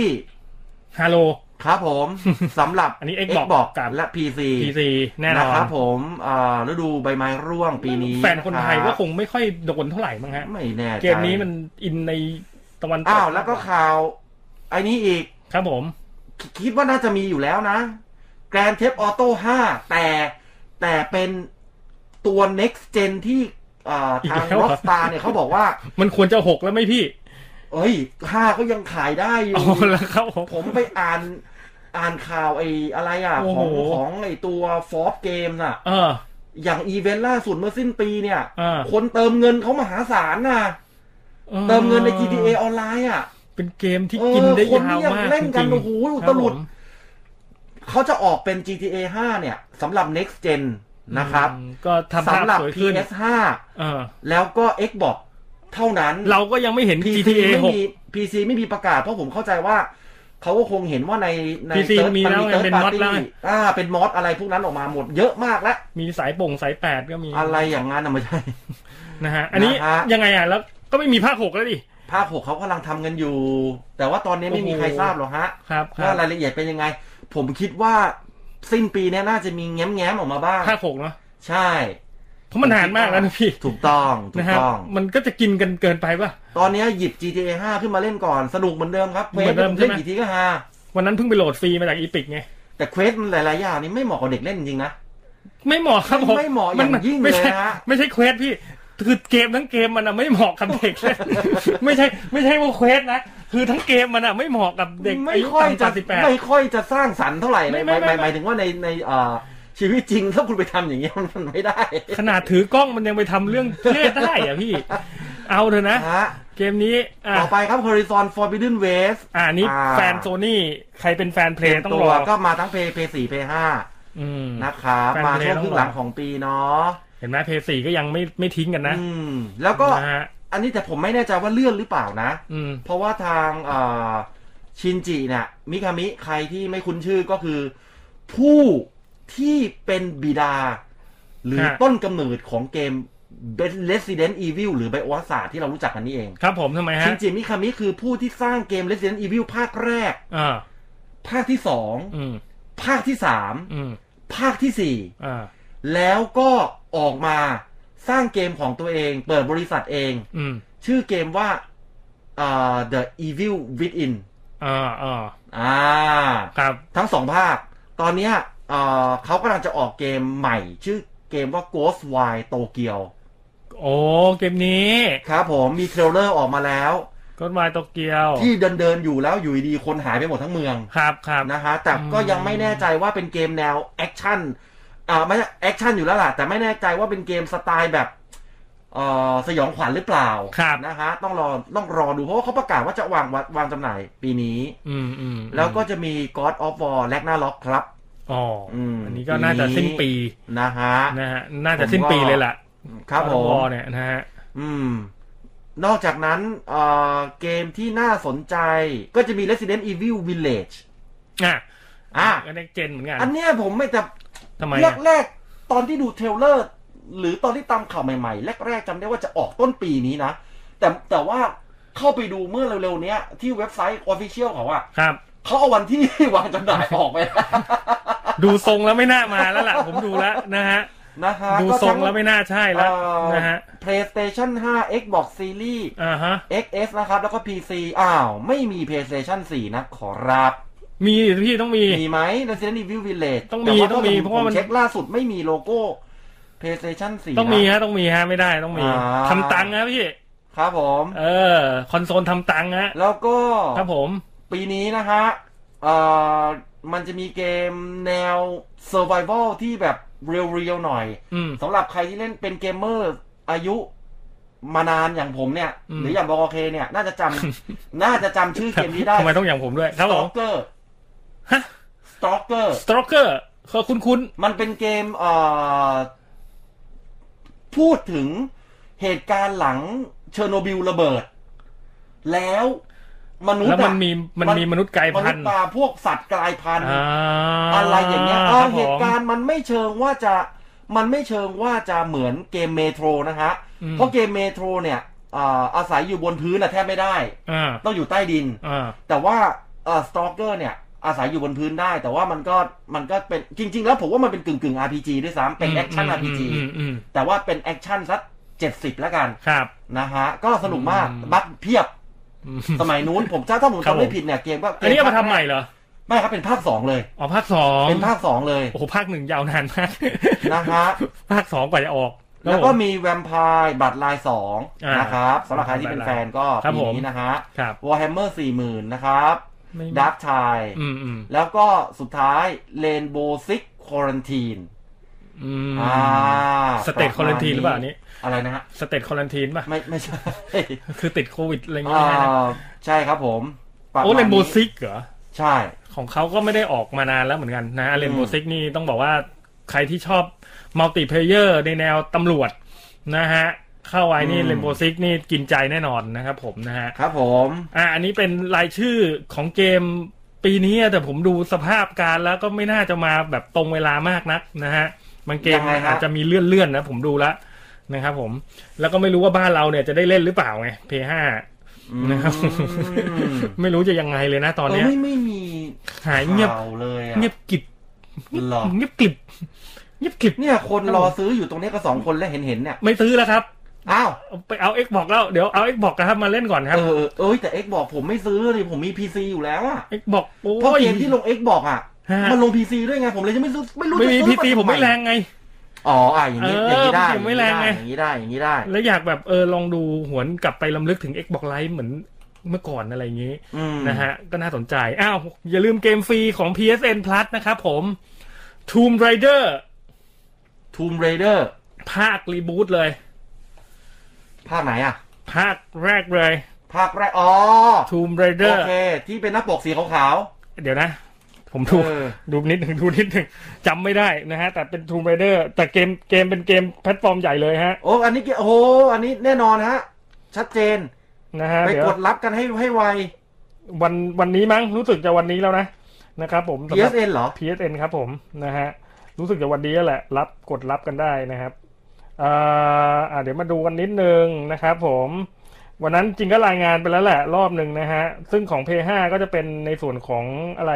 Halo ครับผมสำหรับอันนี้ Xbox กับและ PC แน่นอนนะครับผมฤดูใบไม้ร่วงปีนี้แฟนคนไทยก็คงไม่ค่อยโดนเท่าไหร่มั้งฮะไม่แน่ใจเกมนี้มันอินในตะวันตกแล้วก็ข่าวไอ้นี้อีกครับผมคิดว่าน่าจะมีอยู่แล้วนะ Grand Theft Auto 5แต่เป็นตัว next gen ที่ทาง Rockstar เนี่ยเขาบอกว่ามันควรจะ6แล้วไหมพี่ 5ก็ยังขายได้อยู่แล้วครับผมไปอ่านข่าวไอ้อะไรของไอ้ตัว Forbes Games น่ะอย่างอีเวนต์ล่าสุดเมื่อสิ้นปีเนี่ยคนเติมเงินเขามหาศาลน่ะเติมเงินใน GTA ออนไลน์เป็นเกมที่กินได้ยาวมากเล่นกันโอ้โหอุตลุดเขาจะออกเป็น GTA 5เนี่ยสำหรับ next gen นะครับก็ทำสำหรับ PS5 แล้วก็ Xbox เท่านั้นเราก็ยังไม่เห็น GTA PC ไม่มีประกาศเพราะผมเข้าใจว่าเขาก็คงเห็นว่าใน PC มีแล้วเป็นมอดแล้วเป็นมอดอะไรพวกนั้นออกมาหมดเยอะมากแล้วมีสาย8ก็มีอะไรอย่างงั้นไม่ใช่นะฮะอันนี้ยังไงแล้วก็ไม่มีภาค6แล้วดิภาค6เขากำลังทำกันอยู่แต่ว่าตอนนี้ไม่มีใครทราบหรอกฮะว่ารายละเอียดเป็นยังไงผมคิดว่าสิ้นปีนี้น่าจะมีแง้มออกมาบ้างภาค6เนาะใช่เพราะมันนานมากแล้วนะพี่ถูกต้องมันก็จะกินกันเกินไปป่ะตอนนี้หยิบ GTA 5 ขึ้นมาเล่นก่อนสนุกเหมือนเดิมครับเควสเล่นกี่ทีก็ฮาวันนั้นเพิ่งไปโหลดฟรีมาจากอีพิกไงแต่เควสมันหลายๆอย่างนี่ไม่เหมาะกับเด็กเล่นจริงนะไม่เหมาะครับผมไม่เหมาะอย่างยิ่งเลยฮะไม่ใช่เควสพี่คือเกมทั้งเกมมันไม่เหมาะกับเด็กเลยไม่ใช่ว่าเควสนะคือทั้งเกมมันไม่เหมาะกับเด็กไม่ค่อยจะสร้างสรรค์เท่าไหร่หมายถึงว่าในชีวิตจริงถ้าคุณไปทำอย่างนี้มันไม่ได้ขนาดถือกล้องมันยังไปทำเรื่องเพศได้อ่ะพี่เอาเถอะนะเกมนี้ต่อไปครับ Horizon Forbidden West นี่แฟนโซนี่ใครเป็นแฟนเพลย์ต้องรอก็มาทั้ง PS4 PS5 นะครับมาช่วงครึ่งหลังของปีเนาะเห็นไหม PS4 ก็ยังไม่ทิ้งกันนะแล้วก็อันนี้แต่ผมไม่แน่ใจว่าเลื่อนหรือเปล่านะเพราะว่าทางชินจิเนี่ยมิคามิใครที่ไม่คุ้นชื่อก็คือผู้ที่เป็นบิดาหรือต้นกำเนิดของเกม Resident Evil หรือ BioHazard ที่เรารู้จักกันนี่เองครับผมทำไมฮะชินจิมิคามิคือผู้ที่สร้างเกม Resident Evil ภาคแรกภาคที่2ภาคที่3ภาคที่4แล้วก็ออกมาสร้างเกมของตัวเองเปิดบริษัทเองชื่อเกมว่าThe Evil Within ครับทั้ง2ภาคตอนนี้เขากำลังจะออกเกมใหม่ชื่อเกมว่า Ghostwire Tokyo โอ้เกมนี้ครับผมมีเทรลเลอร์ออกมาแล้ว Ghostwire Tokyo ที่เดินอยู่แล้วอยู่ดีคนหายไปหมดทั้งเมืองครับนะฮะแต่ก็ยังไม่แน่ใจว่าเป็นเกมแนวแอคชั่นไม่แอคชั่นอยู่แล้วล่ะแต่ไม่แน่ใจว่าเป็นเกมสไตล์แบบสยองขวัญหรือเปล่านะฮะต้องรอดูเพราะว่าเขาประกาศว่าจะวางจำหน่ายปีนี้แล้วก็จะมี God of War Ragnarok ครับอันนี้ก็น่าจะสิ้นปีนะฮะน่าจะสิ้นปีเลยแหละครับผมเนี่ยนะฮะนอกจากนั้นเกมที่น่าสนใจก็จะมี Resident Evil Village ก็ได้เจนเหมือนกันอันเนี้ยผมไม่แต่แรกตอนที่ดูเทรลเลอร์หรือตอนที่ตามข่าวใหม่ๆแรกๆจำได้ว่าจะออกต้นปีนี้นะแต่ว่าเข้าไปดูเมื่อเร็วๆนี้ที่เว็บไซต์ Official เขาเขาเอาวันที่วางจำหน่ายออกไปดูทรงแล้วไม่น่ามาแล้วล่ะผมดูแล้วนะฮะนะฮะดูทรงแล้วไม่น่าใช่แล้วนะฮะ PlayStation 5 Xbox Series XS นะครับแล้วก็ PC ไม่มี PlayStation 4 นะขอรับมีพี่ต้องมีไหม Resident Evil Village ต้องมีเพราะว่ามันเช็คล่าสุดไม่มีโลโก้ PlayStation 4 ต้องมีฮะไม่ได้ต้องมีทำตังค์นะพี่ครับผมคอนโซลทำตังค์ฮะแล้วก็ครับผมปีนี้นะฮะมันจะมีเกมแนว Survival ที่แบบเรียวๆหน่อยสำหรับใครที่เล่นเป็นเกมเมอร์อายุมานานอย่างผมเนี่ยหรืออย่างบก.เคเนี่ยน่าจะจำชื่อเกมนี้ได้ทำไมต้องอย่างผมด้วยครับผม Stalker ฮะ Stalker คุ้นมันเป็นเกมพูดถึงเหตุการณ์หลังเชอร์โนบิลระเบิดแล้วมนุษย์แล้วมันมีมนุษย์กลายพันธุ์พวกสัตว์กลายพันธุ์อะไรอย่างเงี้ยเหตุการณ์มันไม่เชิงว่าจะเหมือนเกมเมโทรนะฮะเพราะเกมเมโทรเนี่ยอาศัยอยู่บนพื้นแทบไม่ได้ต้องอยู่ใต้ดินแต่ว่าStalker เนี่ยอาศัยอยู่บนพื้นได้แต่ว่ามันก็เป็นจริงๆแล้วผมว่ามันเป็นกึ่ง RPG ด้วยซ้ำเป็นแอคชั่น RPG แต่ว่าเป็นแอคชั่นสัก70แล้วกันนะฮะก็สนุกมากบัคเพียบสมัยนู้นถ้าผมจำไม่ผิดเนี่ยเกมก็อันนี้เอามาทำใหม่เหรอไม่ครับเป็นภาค2เลยภาค2 เป็นภาค2เลยโอ้โหภาค1ยาวนานมากนะฮะภาค2กว่าจะออกแล้วก็มีแวมไพร์บัตรลาย2นะครับสำหรับใครที่เป็นแฟนก็ปีนี้นะฮะ Warhammer 40,000 นะครับดาร์กไทด์แล้วก็สุดท้าย Rainbow Six Quarantine สเตทควอรันทีนหรือเปล่านี้อะไรนะฮะสเตทควอรันทีนป่ะไม่ใช่คือติดโควิดอะไรเงี้ยใช่ครับผมเรนโบว์ซิกเหรอใช่ของเขาก็ไม่ได้ออกมานานแล้วเหมือนกันนะเรนโบว์ซิกนี่ต้องบอกว่าใครที่ชอบมัลติเพลเยอร์ในแนวตำรวจนะฮะเข้าไว้นี่เรนโบว์ซิกนี่กินใจแน่นอนนะครับผมนะฮะครับผมอันนี้เป็นรายชื่อของเกมปีนี้แต่ผมดูสภาพการแล้วก็ไม่น่าจะมาแบบตรงเวลามากนักนะฮะบางเกมอาจจะมีเลื่อนนะผมดูแล้วนะครับผมแล้วก็ไม่รู้ว่าบ้านเราเนี่ยจะได้เล่นหรือเปล่าไง PS5 นะครับไม่รู้จะยังไงเลยนะตอนนี้ไม่มีหายเงียบเลยเงียบกิบเงียบกิบเนี่ยคนรอซื้ออยู่ตรงนี้ก็2คนแล้วเห็นเนี่ยไม่ซื้อแล้วครับอ้าวไปเอา Xbox แล้วเดี๋ยวเอา Xbox ครับมาเล่นก่อนครับแต่ Xbox ผมไม่ซื้อเลยผมมี PC อยู่แล้วอ่ะ Xbox เพราะเกมที่ลง Xbox อ่ะมันลง PC ด้วยไงผมเลยจะไม่ซื้อไม่รู้ไม่มี PC ผมไม่แรงไงอย่างนี้ได้ไม่แรงไงอย่างนี้ได้แล้วอยากแบบลองดูหวนกลับไปรำลึกถึง Xbox Live เหมือนเมื่อก่อนอะไรอย่างนี้นะฮะก็น่าสนใจอย่าลืมเกมฟรีของ PSN Plus นะครับผม Tomb Raider ภาครีบูตเลยภาคไหนอ่ะภาคแรกเลย Tomb Raider โอเคที่เป็นหน้าปกสีขาวๆเดี๋ยวนะผมดูนิดนึงจำไม่ได้นะฮะแต่เป็น Tomb Raider แต่เกมเป็นเกมแพลตฟอร์มใหญ่เลยฮะอันนี้แน่นอนฮะชัดเจนนะฮะไปกดรับกันให้ไววันนี้มั้งรู้สึกจะวันนี้แล้วนะครับผม PSN เหรอ PSN ครับผมนะฮะรู้สึกจะวันนี้แหละกดรับกันได้นะครับเดี๋ยวมาดูกันนิดนึงนะครับผมวันนั้นจริงก็รายงานไปแล้วแหละรอบนึงนะฮะซึ่งของ PS5 ก็จะเป็นในส่วนของอะไร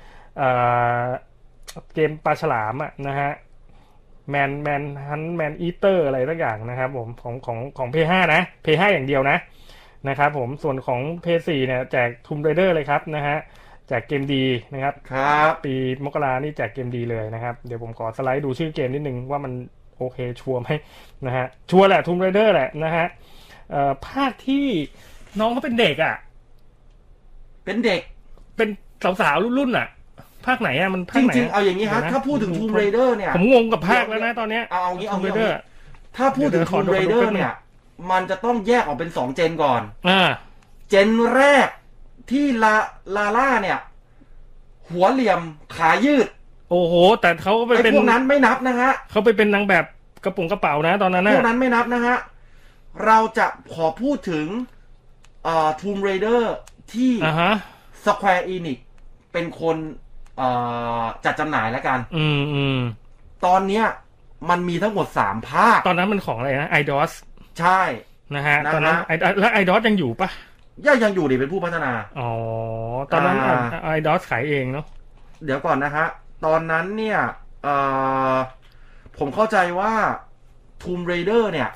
เกมปลาฉลามนะฮะแมนอีเตอร์อะไรต่างอย่างนะครับผมของ PS5 นะ PS5 อย่างเดียวนะครับผมส่วนของ PS4 เนี่ยแจก Tomb Raider เลยครับนะฮะแจกเกมดีนะครับปีมกรานี่แจกเกมดีเลยนะครับเดี๋ยวผมขอสไลด์ดูชื่อเกมนิดนึงว่ามันโอเคชัวร์ไหมนะฮะชัวร์แหละ Tomb Raider แหละนะฮะภาคที่น้องเขาเป็นเด็กเป็นเด็กเป็นสาวๆรุ่นภาคไหนมันภาคไหนจริงๆเอาอย่างนี้ฮะถ้าพูดถึง Tomb Raider เนี่ยผมงงกับภาคแล้วนะตอนนี้เอางี้ถ้าพูดถึง Tomb Raider เนี่ยมันจะต้องแยกออกเป็น2เจนก่อนเจนแรกที่ลาล่าเนี่ยหัวเหลี่ยมขายืดโอ้โหแต่เขาไปเป็นพวกนั้นไม่นับนะฮะเขาไปเป็นนางแบบกระป๋านะตอนนั้นพวกนั้นไม่นับนะฮะเราจะขอพูดถึงTomb Raider ที่ Square Enix เป็นคนจัดจำหน่ายแล้วกันตอนเนี้ยมันมีทั้งหมด3ภาคตอนนั้นมันของอะไรนะ IDOS ใช่นะฮะตอนนั้นแล้ว IDOS ยังอยู่ปะยังอยู่ดิเป็นผู้พัฒนาตอนนั้น IDOS ขายเองเนาะเดี๋ยวก่อนนะฮะตอนนั้นเนี่ยผมเข้าใจว่า Tomb Raider เนี่ย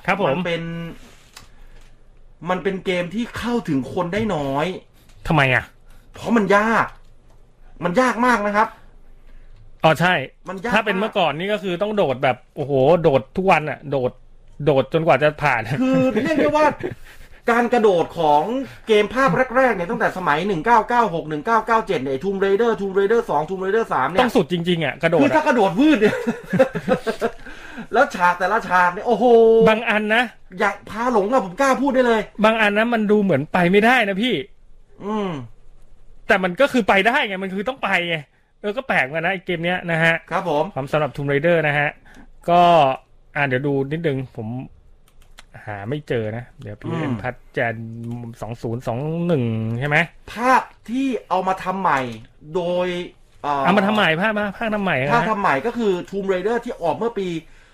มันเป็นเกมที่เข้าถึงคนได้น้อยทำไมอ่ะเพราะมันยากมากนะครับอ๋อใช่ถ้าเป็นเมื่อก่อนนี่ก็คือต้องโดดแบบโอ้โหโดดทุกวันอ่ะโดดจนกว่าจะผ่านคือเรียกได้ว่าการกระโดดของเกมภาพแรกๆเนี่ยตั้งแต่สมัย1996 1997เนี่ย Tomb Raider 2 Tomb Raider 3เนี่ยต้องสุดจริงๆอ่ะกระโดดคือถ้ากระโดดวืดเนี่ยแล้วฉากแต่ละฉากเนี่ยโอ้โหบางอันนะอยากพาหลงอะผมกล้าพูดได้เลยบางอันนะมันดูเหมือนไปไม่ได้นะพี่แต่มันก็คือไปได้ไงมันคือต้องไปไงก็แปลกกันนะไอเกมเนี้ยนะฮะครับผมความสำหรับ Tomb Raider นะฮะก็เดี๋ยวดูนิดนึงผมหาไม่เจอนะเดี๋ยวพี่พัดแจน2021ใช่ไหมภาคที่เอามาทำใหม่โดยเอามาทำใหม่ภาคทำใหม่ภาคทำใหม่ก็คือ Tomb Raider ที่ออกเมื่อปี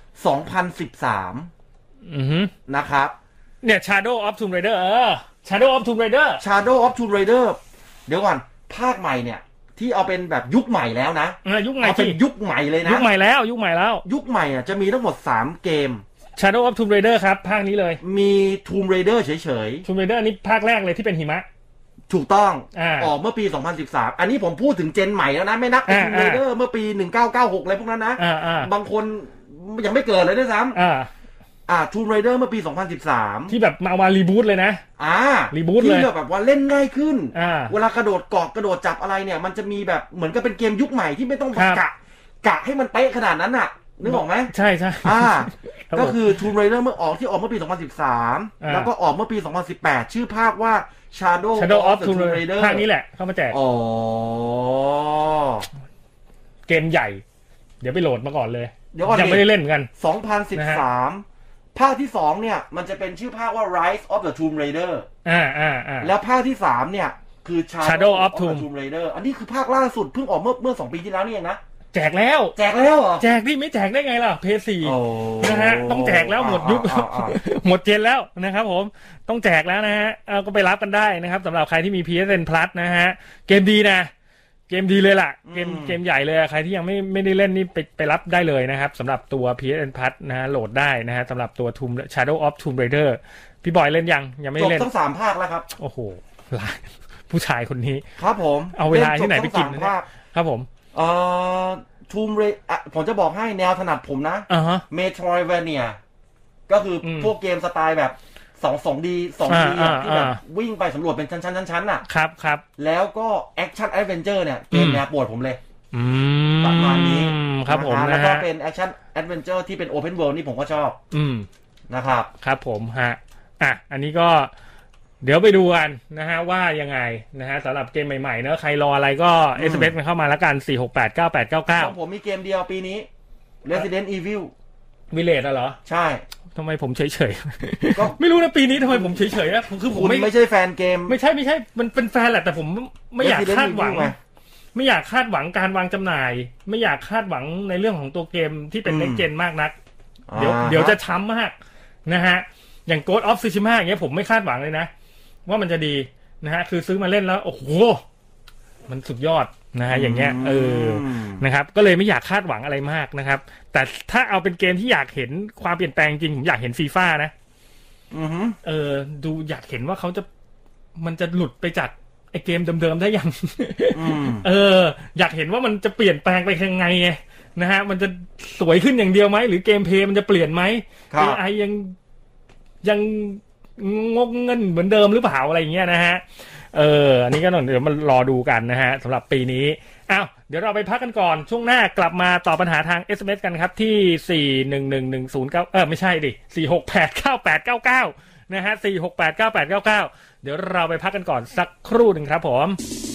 2013นะครับเนี่ย Shadow of Tomb Raider Shadow of Tomb Raider Shadow of Tomb Raider เดี๋ยวก่อนภาคใหม่เนี่ยที่เอาเป็นแบบยุคใหม่แล้วนะยุคใหม่เป็นยุคใหม่เลยนะยุคใหม่แล้วยุคใหม่จะมีทั้งหมด3เกม Shadow of Tomb Raider ครับภาคนี้เลยมี Tomb Raider เฉยๆ Tomb Raider นี่ภาคแรกเลยที่เป็นหิมะถูกต้องออกเมื่อปี2013อันนี้ผมพูดถึงเจนใหม่แล้วนะไม่นับ Tomb Raider เมื่อปี1996อะไรพวกนั้นนะบางคนยังไม่เกิดเลยด้วยซ้ำTomb Raider เมื่อปี2013 ที่แบบมารีบูตเลยนะรีบูตเลยที่แบบว่าเล่นง่ายขึ้นเวลากระโดดเกาะกระโดดจับอะไรเนี่ยมันจะมีแบบเหมือนกับเป็นเกมยุคใหม่ที่ไม่ต้องกะให้มันเป๊ะขนาดนั้นน่ะนึกออกไหมใช่ก็คือ Tomb Raider เมื่อที่ออกเมื่อปี2013แล้วก็ออกเมื่อปี2018ชื่อภาคว่า Shadow of Tomb Raider ภาคนี้แหละเข้ามาแจกเกมใหญ่เดี๋ยวไปโหลดมาก่อนเลยยังไม่ได้เล่นเหมือนกัน 2013ภาคที่2เนี่ยมันจะเป็นชื่อภาคว่า Rise of the Tomb Raider แล้วภาคที่3เนี่ยคือ Shadow of the Tomb Raider อันนี้คือภาคล่าสุดเพิ่งออกเมื่อ2ปีที่แล้วนี่เองนะแจกแล้วเหรอแจกดิไม่แจกได้ไงล่ะ PS4 นะฮะต้องแจกแล้วหมดยุคหมดเจนแล้วนะครับผมต้องแจกแล้วนะฮะก็ไปรับกันได้นะครับสำหรับใครที่มี PSN Plus นะฮะเกมดีนะเกมดีเลยล่ะเกมใหญ่เลยใครที่ยังไม่ได้เล่นนี่ไปรับได้เลยนะครับสำหรับตัว PSN Plus นะฮะโหลดได้นะฮะสำหรับตัว Shadow of Tomb Raider พี่บอยเล่นยังไม่เล่นจบทั้ง3ภาคแล้วครับโอ้โหผู้ชายคนนี้ครับผมเอาเวลาที่ไหนไปกินครับผม Tomb Raider ผมจะบอกให้แนวถนัดผมนะMetroidvania ก็คือพวกเกมสไตล์แบบ2D ที่แบบวิ่งไปสำรวจเป็นชั้นๆน่ะครับแล้วก็แอคชั่นแอดเวนเจอร์เนี่ยเกมแนวปวดผมเลยประมาณนี้ครับผมแล้วก็เป็นแอคชั่นแอดเวนเจอร์ที่เป็นโอเพนเวิลด์นี่ผมก็ชอบนะครับครับผมฮะอันนี้ก็เดี๋ยวไปดูกันนะฮะว่ายังไงนะฮะสำหรับเกมใหม่ๆเนอะใครรออะไรก็ SMS มาเข้ามาแล้วกัน4689899 ของผมมีเกมเดียวปีนี้ Resident Evil Village เหรอใช่ทำไมผมเฉยๆก็ไม่รู้นะปีนี้ทำไมผมเฉยๆนะคือผมไม่ใช่แฟนเกมไม่ใช่มันเป็นแฟนแหละแต่ผมไม่อยากคาดหวังไม่อยากคาดหวังการวางจำหน่ายไม่อยากคาดหวังในเรื่องของตัวเกมที่เป็น next gen มากนักเดี๋ยวจะช้ำมากนะฮะอย่าง Ghost of Tsushima อย่างเงี้ยผมไม่คาดหวังเลยนะว่ามันจะดีนะฮะคือซื้อมาเล่นแล้วโอ้โหมันสุดยอดนะฮะอย่างเงี้ยนะครับก็เลยไม่อยากคาดหวังอะไรมากนะครับแต่ถ้าเอาเป็นเกมที่อยากเห็นความเปลี่ยนแปลงจริงผมอยากเห็นฟีฟ่านะดูอยากเห็นว่ามันจะหลุดไปจากไอเกมเดิมๆได้ยังอยากเห็นว่ามันจะเปลี่ยนแปลงไปยังไงไงนะฮะมันจะสวยขึ้นอย่างเดียวไหมหรือเกมเพลย์มันจะเปลี่ยนไหม AI ยังงกเงินเหมือนเดิมหรือเปล่าอะไรอย่างเงี้ยนะฮะอันนี้ก็เดี๋ยวมารอดูกันนะฮะสำหรับปีนี้เดี๋ยวเราไปพักกันก่อนช่วงหน้ากลับมาตอบปัญหาทาง SMS กันครับที่41110ไม่ใช่ดิ4689899นะฮะ4689899เดี๋ยวเราไปพักกันก่อนสักครู่นึงครับผม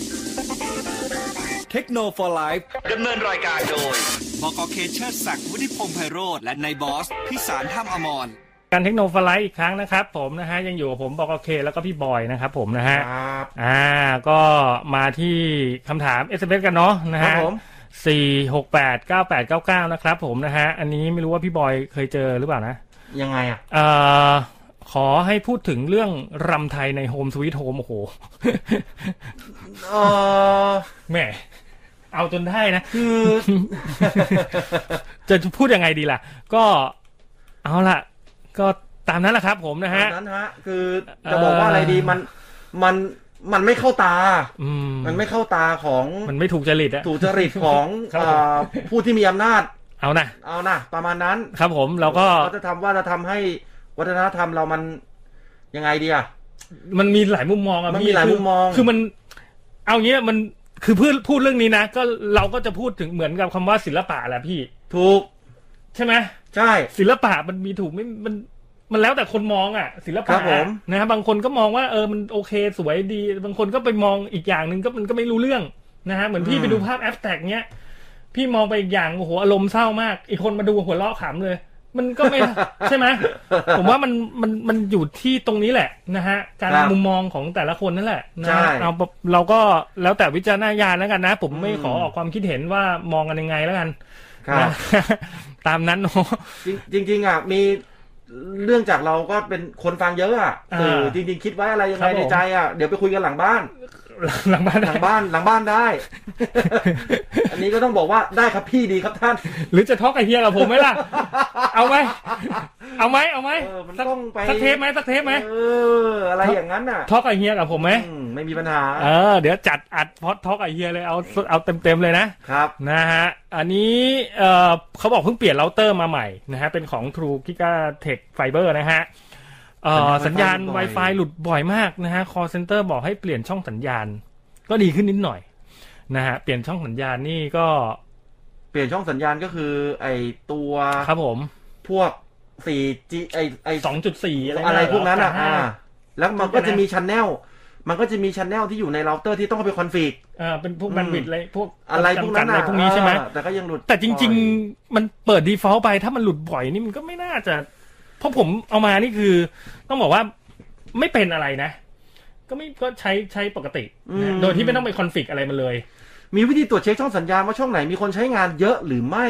เทคโนโลยีไลฟ์ดำเนินรายการโดยบก.เคเชอร์ศักดิ์วุฒิพงษ์ไพโรจน์และนายบอสพิสารถ้ำอมรการเทคโนโลยีอีกครั้งนะครับผมนะฮะยังอยู่กับผมบก.เคแล้วก็พี่บอยนะครับผมนะฮะก็มาที่คำถาม SMS กันเนาะนะฮะ4689899นะครับผมนะฮะอันนี้ไม่รู้ว่าพี่บอยเคยเจอหรือเปล่านะยังไงขอให้พูดถึงเรื่องรำไทยในโฮมสวีทโฮมโอ้โหแม่เอาจนได้นะคือจะพูดยังไงดีล่ะก็เอาล่ะก็ตามนั้นแหละครับผมนะฮะตามนั้นฮะคือจะบอกว่าอะไรดีมันไม่เข้าตามันไม่เข้าตาของมันไม่ถูกจริตอะถูกจริตของผู้ที่มีอำนาจเอานะประมาณนั้นครับผมเราก็จะทำให้วัฒนธรรมเรามันยังไงดีอะมันมีหลายมุมมองอะมันมีหลายมุมมองคือมันเอางี้มันคือพูดเรื่องนี้นะก็เราก็จะพูดถึงเหมือนกับคำว่าศิลปะแหละพี่ถูกใช่ไหมใช่ศิลปะมันมีถูกไม่มันแล้วแต่คนมองอ่ะศิลปะนะครับบางคนก็มองว่ามันโอเคสวยดีบางคนก็ไปมองอีกอย่างนึงก็มันก็ไม่รู้เรื่องนะฮะเหมือนพี่ไปดูภาพแอปแท็กเนี้ยพี่มองไปอีกอย่างโอ้โหอารมณ์เศร้ามากอีกคนมาดูหัวเราะขำเลยมันก็ไม่ ใช่ไหมผมว่ามันอยู่ที่ตรงนี้แหละนะฮะการมุมมองของแต่ละคนนั่นแหละนะเราก็แล้วแต่วิจารณญาณแล้วกันนะผมไม่ขอออกความคิดเห็นว่ามองกันยังไงแล้วกันตามนั้นเนาะจริงๆอ่ะมีเรื่องจากเราก็เป็นคนฟังเยอะอ่ะจริงๆคิดไว้อะไรยังไงในใจอ่ะเดี๋ยวไปคุยกันหลังบ้านได้ อันนี้ก็ต้องบอกว่าได้ครับพี่ดีครับท่านหรือจะทอล์กไอเฮียกับผมไหมล่ะเอาไหมมันต้องไปสักเทปไหมอะไรอย่างนั้นน่ะทอล์กไอเฮียกับผมไหมไม่มีปัญหาเดี๋ยวจัดอัดพอดทอล์กไอเฮียเลยเอาเต็มเลยนะครับนะฮะอันนี้เขาบอกเพิ่งเปลี่ยนเราเตอร์มาใหม่นะฮะเป็นของ True Gigatech Fiber นะฮะสัญญาณ Wi-Fi หลุดบ่อยมากนะฮะ call center บอกให้เปลี่ยนช่องสัญญาณก็ดีขึ้นนิดหน่อยนะฮะเปลี่ยนช่องสัญญาณนี่ก็เปลี่ยนช่องสัญญาณก็คือไอตัวครับผมพวก 4G ไอ 2.4 อะไรพวกนั้นแล้วมันก็จะมี channel ที่อยู่ในเราเตอร์ที่ต้องเอาไปคอนฟิกเป็นพวกแบนด์วิดท์อะไรพวกอะไรพวกนั้นอะไรพวกนี้ใช่ไหมแต่ก็ยังหลุดแต่จริงๆมันเปิด default ไปถ้ามันหลุดบ่อยนี่มันก็ไม่น่าจะเพราะผมเอามานี่คือต้องบอกว่าไม่เป็นอะไรนะก็ใช้ปกติโดยที่ไม่ต้องไปคอนฟิกอะไรมาเลยมีวิธีตรวจเช็คช่องสัญญาณว่าช่องไหนมีคนใช้งานเยอะหรือไม่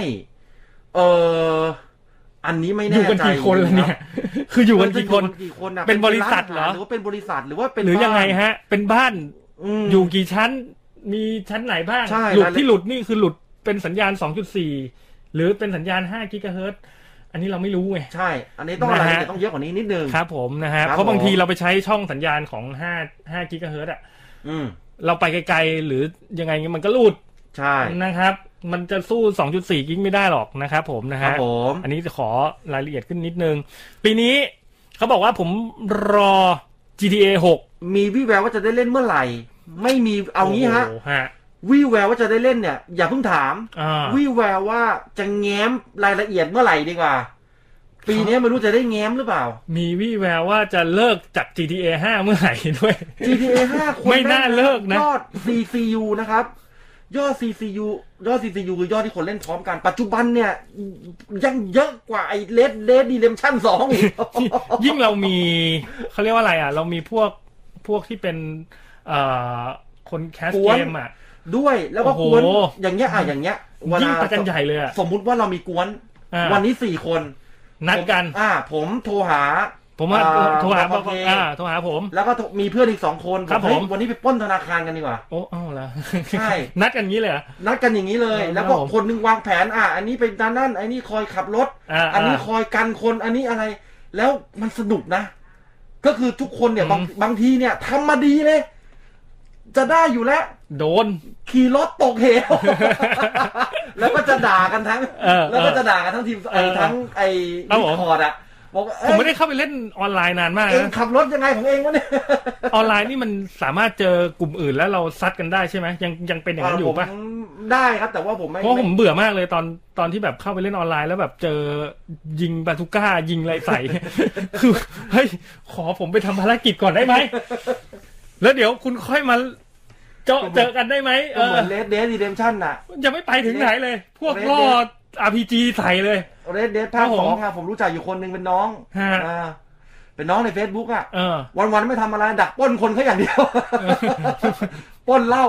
อันนี้ไม่แน่ใจอยู่กันกี่คนล่ะเนี่ยคืออยู่กันกี่คนเป็นบริษัทเหรอหรือว่าเป็นบริษัทหรือว่าเป็นหรือยังไงฮะเป็นบ้านอยู่กี่ชั้นมีชั้นไหนบ้างหลุดที่หลุดนี่คือหลุดเป็นสัญญาณ 2.4 หรือเป็นสัญญาณ5 กิกะเฮิรตซ์อันนี้เราไม่รู้ไงใช่อันนี้ต้องอะไรแต่ต้องเยอะกว่านี้นิดนึงครับผมนะฮะเพราะบางทีเราไปใช้ช่องสัญญาณของ5 กิกะเฮิรตซ์เราไปไกลๆหรือยังไงมันก็หลุดใช่นะครับมันจะสู้ 2.4 กิกไม่ได้หรอกนะครับผมนะฮะอันนี้จะขอรายละเอียดขึ้นนิดนึงปีนี้เขาบอกว่าผมรอ GTA 6 มีวี่แววว่าจะได้เล่นเมื่อไหร่ไม่มีเอางี้ฮะวี่แววว่าจะได้เล่นเนี่ยอย่าเพิ่งถามวี่แววว่าจะแง้มรายละเอียดเมื่อไหร่ดีกว่าปีนี้ไม่รู้จะได้แง้มหรือเปล่ามีวี่แววว่าจะเลิกจาก GTA 5 เมื่อไหร่ด้วย GTA 5 คนไม่น่าเลิกนะยอด CCU นะครับยอด CCU คือยอดที่คนเล่นพร้อมกันปัจจุบันเนี่ยยังเยอะกว่าไอ้ Red Redemption 2 อีกยิ่งเรามีเขาเรียกว่าอะไรเรามีพวกที่เป็นคนแคสเกมด้วยแล้วก็กวนอย่างเงี้ยอย่างเงี้ยยิ่งไปกันใหญ่เลยสมมุติว่าเรามีกวนวันนี้4 คนนัดกันผมโทรหาโทรหาผมแล้วก็มีเพื่อนอีก2 คนครับผมวันนี้ไปปล้นธนาคารกันดีกว่าโอ้อ้าวแล้วใช่นัดกันงี้เลยนัดกันอย่างนี้เลยแล้วก็คนนึงวางแผนอันนี้เป็นนั่นอันนี้คอยขับรถอันนี้คอยกันคนอันนี้อะไรแล้วมันสนุกนะก็คือทุกคนเนี่ยบางทีเนี่ยทำมาดีเลยจะได้อยู่แล้วโดนขี่รถตกเหวแล้วก็จะด่ากันทั้งแล้วก็จะด่ากันทั้งทีมทั้งดิสคอร์ดบอกผมไม่ได้เข้าไปเล่นออนไลน์นานมากนะขับรถยังไงของเองวะเนี่ยออนไลน์นี่มันสามารถเจอกลุ่มอื่นแล้วเราซัดกันได้ใช่ไหมยังเป็นอย่างนั้นอยู่ปะได้ครับแต่ว่าผมไม่เพราะผมเบื่อมากเลยตอนที่แบบเข้าไปเล่นออนไลน์แล้วแบบเจอยิงบาซูก้ายิงอะไรใส่คือเฮ้ยขอผมไปทำภารกิจก่อนได้ไหมแล้วเดี๋ยวคุณค่อยมาเจอกันได้ไหมเหมือน Red Dead Redemption น่ะยังไม่ไปถึงไหนเลยพวกล่อ RPG ใส่เลย Red Dead ภาค 2ผมรู้จักอยู่คนนึงเป็นน้องเป็นน้องใน Facebook วันๆไม่ทำอะไรดักปล้นคนแค่อย่างเดียวปล้นเหล้า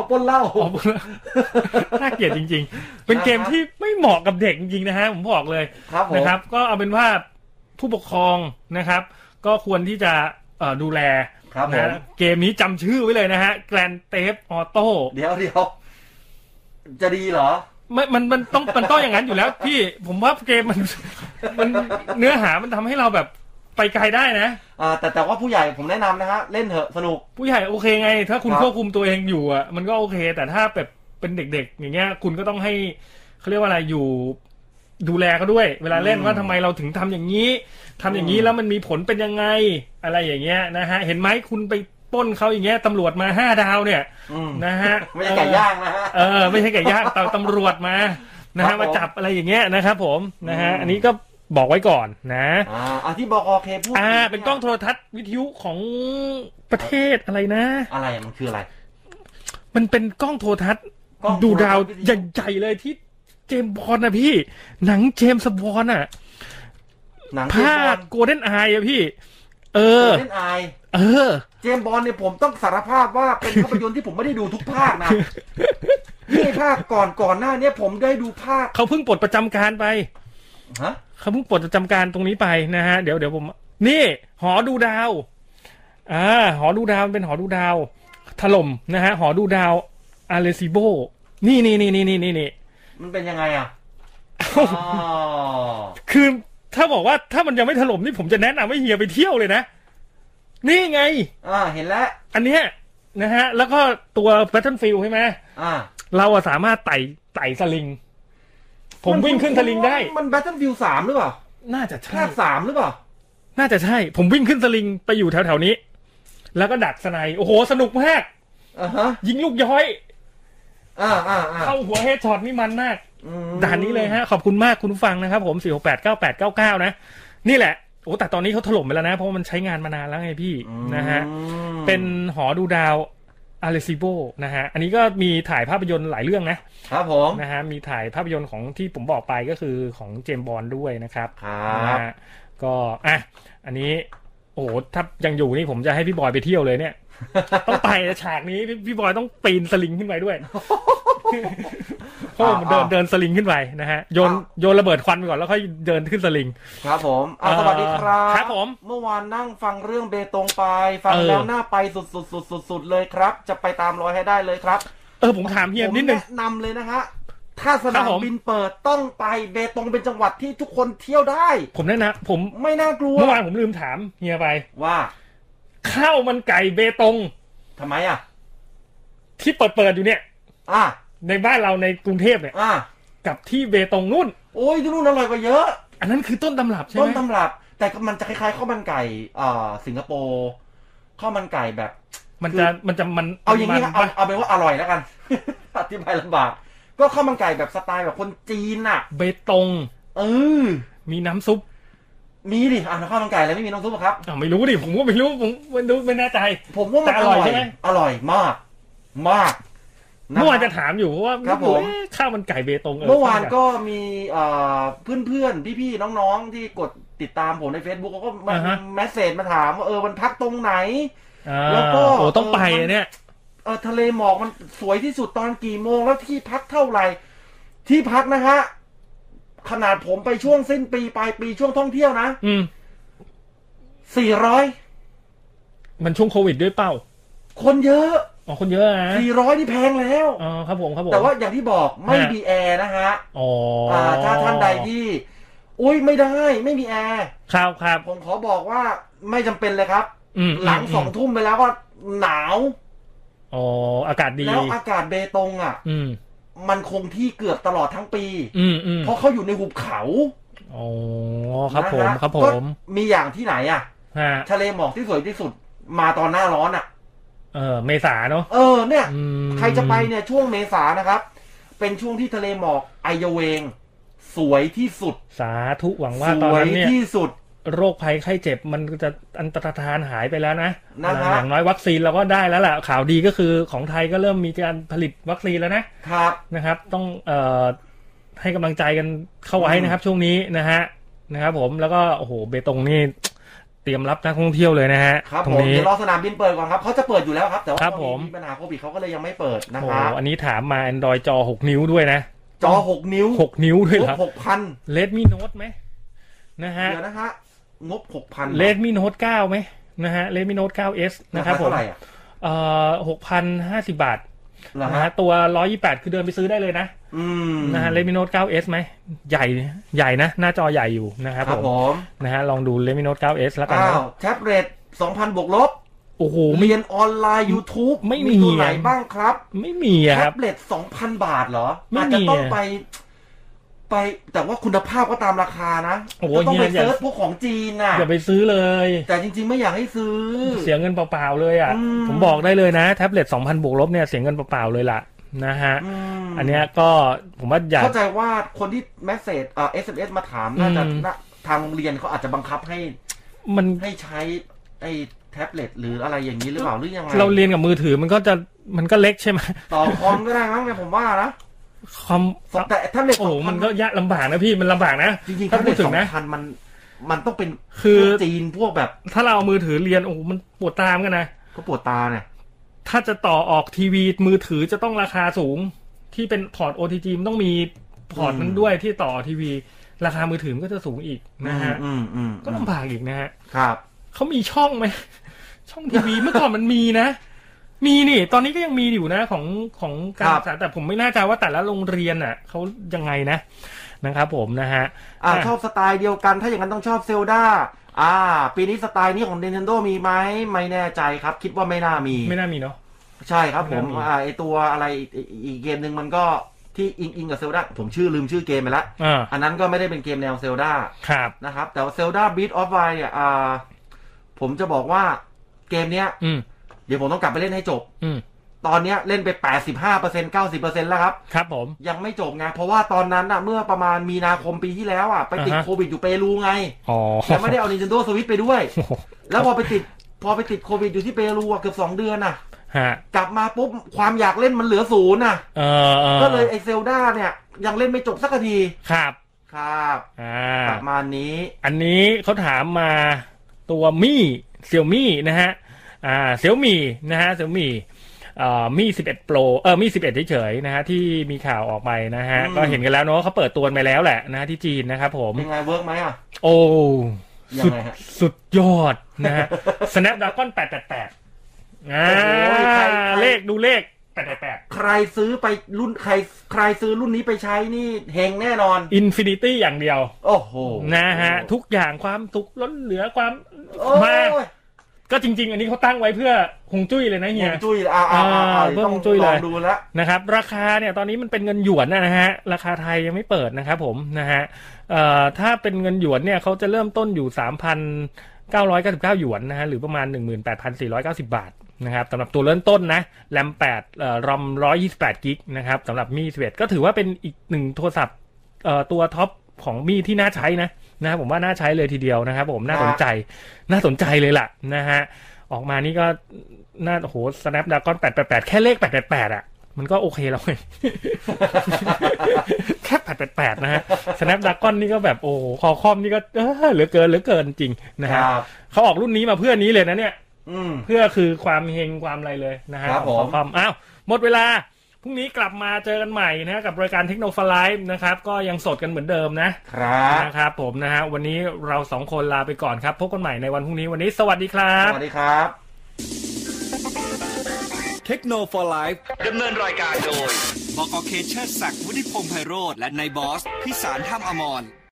น่าเกลียดจริงๆเป็นเกมที่ไม่เหมาะกับเด็กจริงๆนะฮะผมบอกเลยนะครับก็เอาเป็นว่าผู้ปกครองนะครับก็ควรที่จะดูแลนะเกมนี้จำชื่อไว้เลยนะฮะ Grand Theft Auto เดี๋ยวจะดีเหรอมันต้องอย่างนั้นอยู่แล้วพี่ผมว่าเกมมันเนื้อหามันทำให้เราแบบไปไกลได้นะแต่ว่าผู้ใหญ่ผมแนะนำนะฮะเล่นเถอะสนุกผู้ใหญ่โอเคไงถ้าคุณควบคุมตัวเองอยู่อ่ะมันก็โอเคแต่ถ้าแบบเป็นเด็กๆอย่างเงี้ยคุณก็ต้องให้เขาเรียกว่าอะไรอยู่ดูแลเขาด้วยเวลาเล่นว่าทำไมเราถึงทำอย่างนี้แล้วมันมีผลเป็นยังไงอะไรอย่างเงี้ยนะฮะเห็นไหมคุณไปปล้นเขาอย่างเงี้ยตำรวจมา5 ดาวเนี่ยนะฮะไม่ใช่ไก่ย่างนะฮะไม่ใช่ไก่ย่างตำรวจมานะฮะมาจับอะไรอย่างเงี้ยนะครับผมนะฮะอันนี้ก็บอกไว้ก่อนนะที่บอกโอเคพูดเป็นกล้องโทรทัศน์วิทยุของประเทศอะไรนะอะไรมันคืออะไรมันเป็นกล้องโทรทัศน์ดูดาวใหญ่ๆเลยที่เจมส์บอนด์นะพี่หนังเจมส์บอนด์อ่ะภาคโกลเด้นไออ่ะพี่โกลเด้นไอเจมส์บอนด์เนี่ยผมต้องสารภาพว่าเป็นภาพยนตร์ที่ผมไม่ได้ดูทุกภาคนะนี่ภาคก่อนหน้านี้ผมได้ดูภาคเขาเพิ่งปลดประจำการไปเขาเพิ่งปลดประจำการตรงนี้ไปนะฮะเดี๋ยวผมนี่หอดูดาวหอดูดาวเป็นหอดูดาวถล่มนะฮะหอดูดาวอาเลซิโบนี่มันเป็นยังไงอ่ะคือถ้าบอกว่าถ้ามันยังไม่ถล่มนี่ผมจะแนะนำให้เฮียไปเที่ยวเลยนะนี่ไงเห็นแล้วอันเนี้ยนะฮะแล้วก็ตัว Battlefield ใช่ไหมเราสามารถไต่สลิงผมวิ่งขึ้นสลิงได้มัน Battlefield 3หรือเปล่าน่าจะใช่ภาค3หรือเปล่าน่าจะใช่ผมวิ่งขึ้นสลิงไปอยู่แถวๆนี้แล้วก็ดักสไนโอ้โหสนุกมากยิงลูกย้อยเข้าหัวเฮดช็อตนี่มันมากด่านนี้เลยฮะขอบคุณมากคุณผู้ฟังนะครับผม4689899นะนี่แหละโอ้แต่ตอนนี้เขาถล่มไปแล้วนะเพราะมันใช้งานมานานแล้วไงพี่นะฮะเป็นหอดูดาวอาเลซิโบนะฮะอันนี้ก็มีถ่ายภาพยนตร์หลายเรื่องนะครับผมนะฮะมีถ่ายภาพยนตร์ของที่ผมบอกไปก็คือของเจมส์บอนด์ด้วยนะครับนะฮะก็อันนี้โอ้ถ้ายังอยู่นี่ผมจะให้พี่บอยไปเที่ยวเลยเนี่ยต้องไปฉากนี้พี่บอยต้องปีนสลิงขึ้นไปด้วยเพราะผมเดินสลิงขึ้นไปนะฮะโยนระเบิดควันไปก่อนแล้วค่อยเดินขึ้นสลิงครับผมสวัสดีครับครับผมเมื่อวานนั่งฟังเรื่องเบตงไปฟังแล้วน่าไปสุดเลยครับจะไปตามรอยให้ได้เลยครับผมถามเฮียนิดนึงแนะนำเลยนะฮะถ้าสนามบินเปิดต้องไปเบตงเป็นจังหวัดที่ทุกคนเที่ยวได้ผมแนะนำผมไม่น่ากลัวเมื่อวานผมลืมถามเฮียไปว่าข้าวมันไก่เบตงทำไมที่เปิดอยู่เนี่ยในบ้านเราในกรุงเทพเนี่ยกับที่เบตงนู่นโอ้ยที่นู่นอร่อยกว่าเยอะอันนั้นคือต้นตำรับใช่ไหมต้นตำรับแต่มันจะคล้ายๆข้าวมันไก่สิงคโปร์ข้าวมันไก่แบบมันเอาอย่างนี้เอาเป็นว่าอร่อยแล้วกันอธิบายลำบากก็ข้าวมันไก่แบบสไตล์แบบคนจีนน่ะเบตงมีน้ำซุปมีดิข้าวมันไก่แล้วไม่มีน้ำซุปครับไม่รู้ดิผมก็ไม่รู้ผมไม่แน่ใจผมว่ามันอร่อยใช่ไหมอร่อยมากเมื่อวานจะถามอยู่เพราะว่าข้าวมันไก่เบตงเมื่อวานก็มีเพื่อนๆพี่ๆน้องๆที่กดติดตามผมใน Facebook เขาก็มาเมสเสจมาถามว่ามันพักตรงไหนแล้วก็ต้องไปเนี่ยทะเลหมอกมันสวยที่สุดตอนกี่โมงแล้วที่พักเท่าไหร่ที่พักนะฮะขนาดผมไปช่วงสิ้นปีปลายปีช่วงท่องเที่ยวนะ400 มันช่วงโควิดด้วยเปล่าคนเยอะคนเยอะนะ 400นี่แพงแล้วครับผมแต่ว่าอย่างที่บอกไม่มีแอร์นะฮะถ้าท่านใดที่ไม่ได้ไม่มีแอร์ครับผมขอบอกว่าไม่จำเป็นเลยครับหลัง2 ทุ่มไปแล้วก็หนาวอากาศดีแล้วอากาศเบตงมันคงที่เกือบตลอดทั้งปีเพราะเขาอยู่ในหุบเขาครับผมมีอย่างที่ไหนทะเลหมอกที่สวยที่สุดมาตอนหน้าร้อนเมษาเนาะเนี่ยใครจะไปเนี่ยช่วงเมษานะครับเป็นช่วงที่ทะเลหมอกไอเยเวงสวยที่สุดสาธุหวังว่าตอนนั้นเนี่ยที่สุดโรคภัยไข้เจ็บมันจะอันตรธานหายไปแล้วนะอย่างน้อยวัคซีนเราก็ได้แล้วแหละข่าวดีก็คือของไทยก็เริ่มมีการผลิตวัคซีนแล้วนะครับต้องให้กำลังใจกันเข้าไว้นะครับช่วงนี้นะครับผมแล้วก็โอ้โหเบตงนี่เตรียมรับนักท่องเที่ยวเลยนะฮะครับผมเดี๋ยวรอสนามบินเปิดก่อนครับเขาจะเปิดอยู่แล้วครับแต่ว่ามีปัญหาโควิดเขาก็เลยยังไม่เปิดนะครับอันนี้ถามมา Android จอ6 นิ้วด้วยนะจอ6 นิ้ว 6 นิ้วด้วยครับ 6,000 Redmi Note ไหมนะฮะเดี๋ยวนะฮะงบ 6,000 Redmi Note 9ไหมนะฮะ Redmi Note 9s นะครับผม6,050 บาทนะฮะตัว128คือเดินไปซื้อได้เลยนะนะฮะ Redmi Note 9S ไหมใหญ่นะหน้าจอใหญ่อยู่นะครับผมนะฮะลองดู Redmi Note 9S แล้วกันนะแท็บเล็ต 2,000 บวกลบโอ้โหเรียนออนไลน์ YouTube ไม่มีตัวไหนบ้างครับไม่มีครับแท็บเล็ต 2,000 บาทเหรออาจจะต้องไปแต่ว่าคุณภาพก็ตามราคานะต้องไปเซิร์ชพวกของจีนน่ะอย่าไปซื้อเลยแต่จริงๆไม่อยากให้ซื้อเสียเงินเปล่าๆเลยอ่ะผมบอกได้เลยนะแท็บเล็ต 2,000 บวกลบเนี่ยเสียเงินเปล่าๆเลยล่ะนะฮะอันเนี้ยก็ผมว่าอยากเข้าใจว่าคนที่เมสเสจSMS มาถามน่าจะทางโรงเรียนเขาอาจจะบังคับให้มันให้ใช้ไอ้แท็บเล็ตหรืออะไรอย่างนี้หรือเปล่าหรือยังไงเราเรียนกับมือถือมันก็เล็กใช่ไหมต่อคอมก็ได้มั้งเนี่ยผมว่านะคอมแต่แท็บเล็ตโอ้มันก็ยากลำบากนะพี่มันลำบากนะจริงๆถ้าพูดถึงนะมันต้องเป็นคือจีนพวกแบบถ้าเราเอามือถือเรียนโอ้มันปวดตามกันนะก็ปวดตาเนี่ยถ้าจะต่อออกทีวีมือถือจะต้องราคาสูงที่เป็นพอร์ต OTG มันต้องมีพอร์ตนั้นด้วยที่ต่อทีวีราคามือถือก็จะสูงอีกนะฮะก็ลำบากอีกนะฮะครับเขามีช่องไหมช่องทีวีเมื่อก่อนมันมีนะมีนี่ตอนนี้ก็ยังมีอยู่นะของการศึกษาแต่ผมไม่แน่ใจว่าแต่ละโรงเรียนอ่ะเขายังไงนะครับผมนะฮะชอบสไตล์เดียวกันถ้าอย่างนั้นต้องชอบเซลดาปีนี้สไตล์นี้ของ Nintendo มีไหมไม่แน่ใจครับคิดว่าไม่น่ามีเนาะใช่ครับผมไอตัวอะไรอีกเกมนึงมันก็ที่อิงกับเซลดาผมลืมชื่อเกมไปแล้วอันนั้นก็ไม่ได้เป็นเกมแนวเซลดานะครับแต่ว่าเซลดาบีทออฟไวเนี่ยผมจะบอกว่าเกมเนี้ยเดี๋ยวผมต้องกลับไปเล่นให้จบตอนนี้เล่นไป 85% 90% แล้วครับผมยังไม่จบไงเพราะว่าตอนนั้นเมื่อประมาณมีนาคมปีที่แล้วไปติดโควิดอยู่เปรูไงแล้วไม่ได้เอา Nintendo Switch ไปด้วยแล้วพอไปติดโควิดอยู่ที่เปรูเกือบ2 เดือนกลับมาปุ๊บความอยากเล่นมันเหลือ0ก็เลยไอเซลดาเนี่ยยังเล่นไม่จบสักทีครับประมาณนี้อันนี้เขาถามมาตัวเสี่ยวมี่นะฮะเสี่ยวมี่นะฮะเสี่ยวมี่มี่11 Pro มี่11เฉยๆนะฮะที่มีข่าวออกไปนะฮะก็เห็นกันแล้วเนาะเขาเปิดตัวไปแล้วแหละนะที่จีนนะครับผมเป็นไงเวิร์กไหมโอ้สุดยอดนะฮะ Snapdragon 888เลขดูเลข888 ใครซื้อไปรุ่นใครซื้อรุ่นนี้ไปใช้นี่เฮงแน่นอน Infinity อย่างเดียวโอ้โหนะฮะทุกอย่างความสุขล้นเหลือความมาก็จริงๆอันนี้เขาตั้งไว้เพื่อฮวงจุ้ยเลยนะเฮียฮวงจุ้ยเพื่อฮวงจุ้ยเลยดูแล้วนะครับราคาเนี่ยตอนนี้มันเป็นเงินหยวนนะฮะราคาไทยยังไม่เปิดนะครับผมนะฮะถ้าเป็นเงินหยวนเนี่ยเขาจะเริ่มต้นอยู่ 3,999 หยวนนะฮะหรือประมาณ 18,490 บาทนะครับสำหรับตัวเริ่มต้นนะแรม8 ROM 128 กิกนะครับสำหรับมี่11ก็ถือว่าเป็นอีกหนึ่งโทรศัพท์ตัวท็อปของมี่ที่น่าใช้นะผมว่าน่าใช้เลยทีเดียวนะครับผมน่าสนใจเลยล่ะนะฮะออกมานี่ก็น่าโอ้โห Snapdragon 888แค่เลข888มันก็โอเคแล้วแค่888นะฮะ Snapdragon นี่ก็แบบโอ้คอคอมนี่ก็เหลือเกินจริงนะฮะเขาออกรุ่นนี้มาเพื่อนี้เลยนะเนี่ยเพื่อคือความเฮงความอะไรเลยนะฮะคอคอมหมดเวลาพรุ่งนี้กลับมาเจอกันใหม่นะกับรายการ Techno for Life นะครับก็ยังสดกันเหมือนเดิมนะครับผมนะฮะวันนี้เรา2คนลาไปก่อนครับพบกันใหม่ในวันพรุ่งนี้วันนี้สวัสดีครับสวัสดีครับ Techno for Life ดำเนินรายการโดยบก.เคเชอร์ศักดิ์วุฒิพงษ์ไพโรจน์และนายบอสพิสารถ้ำอมร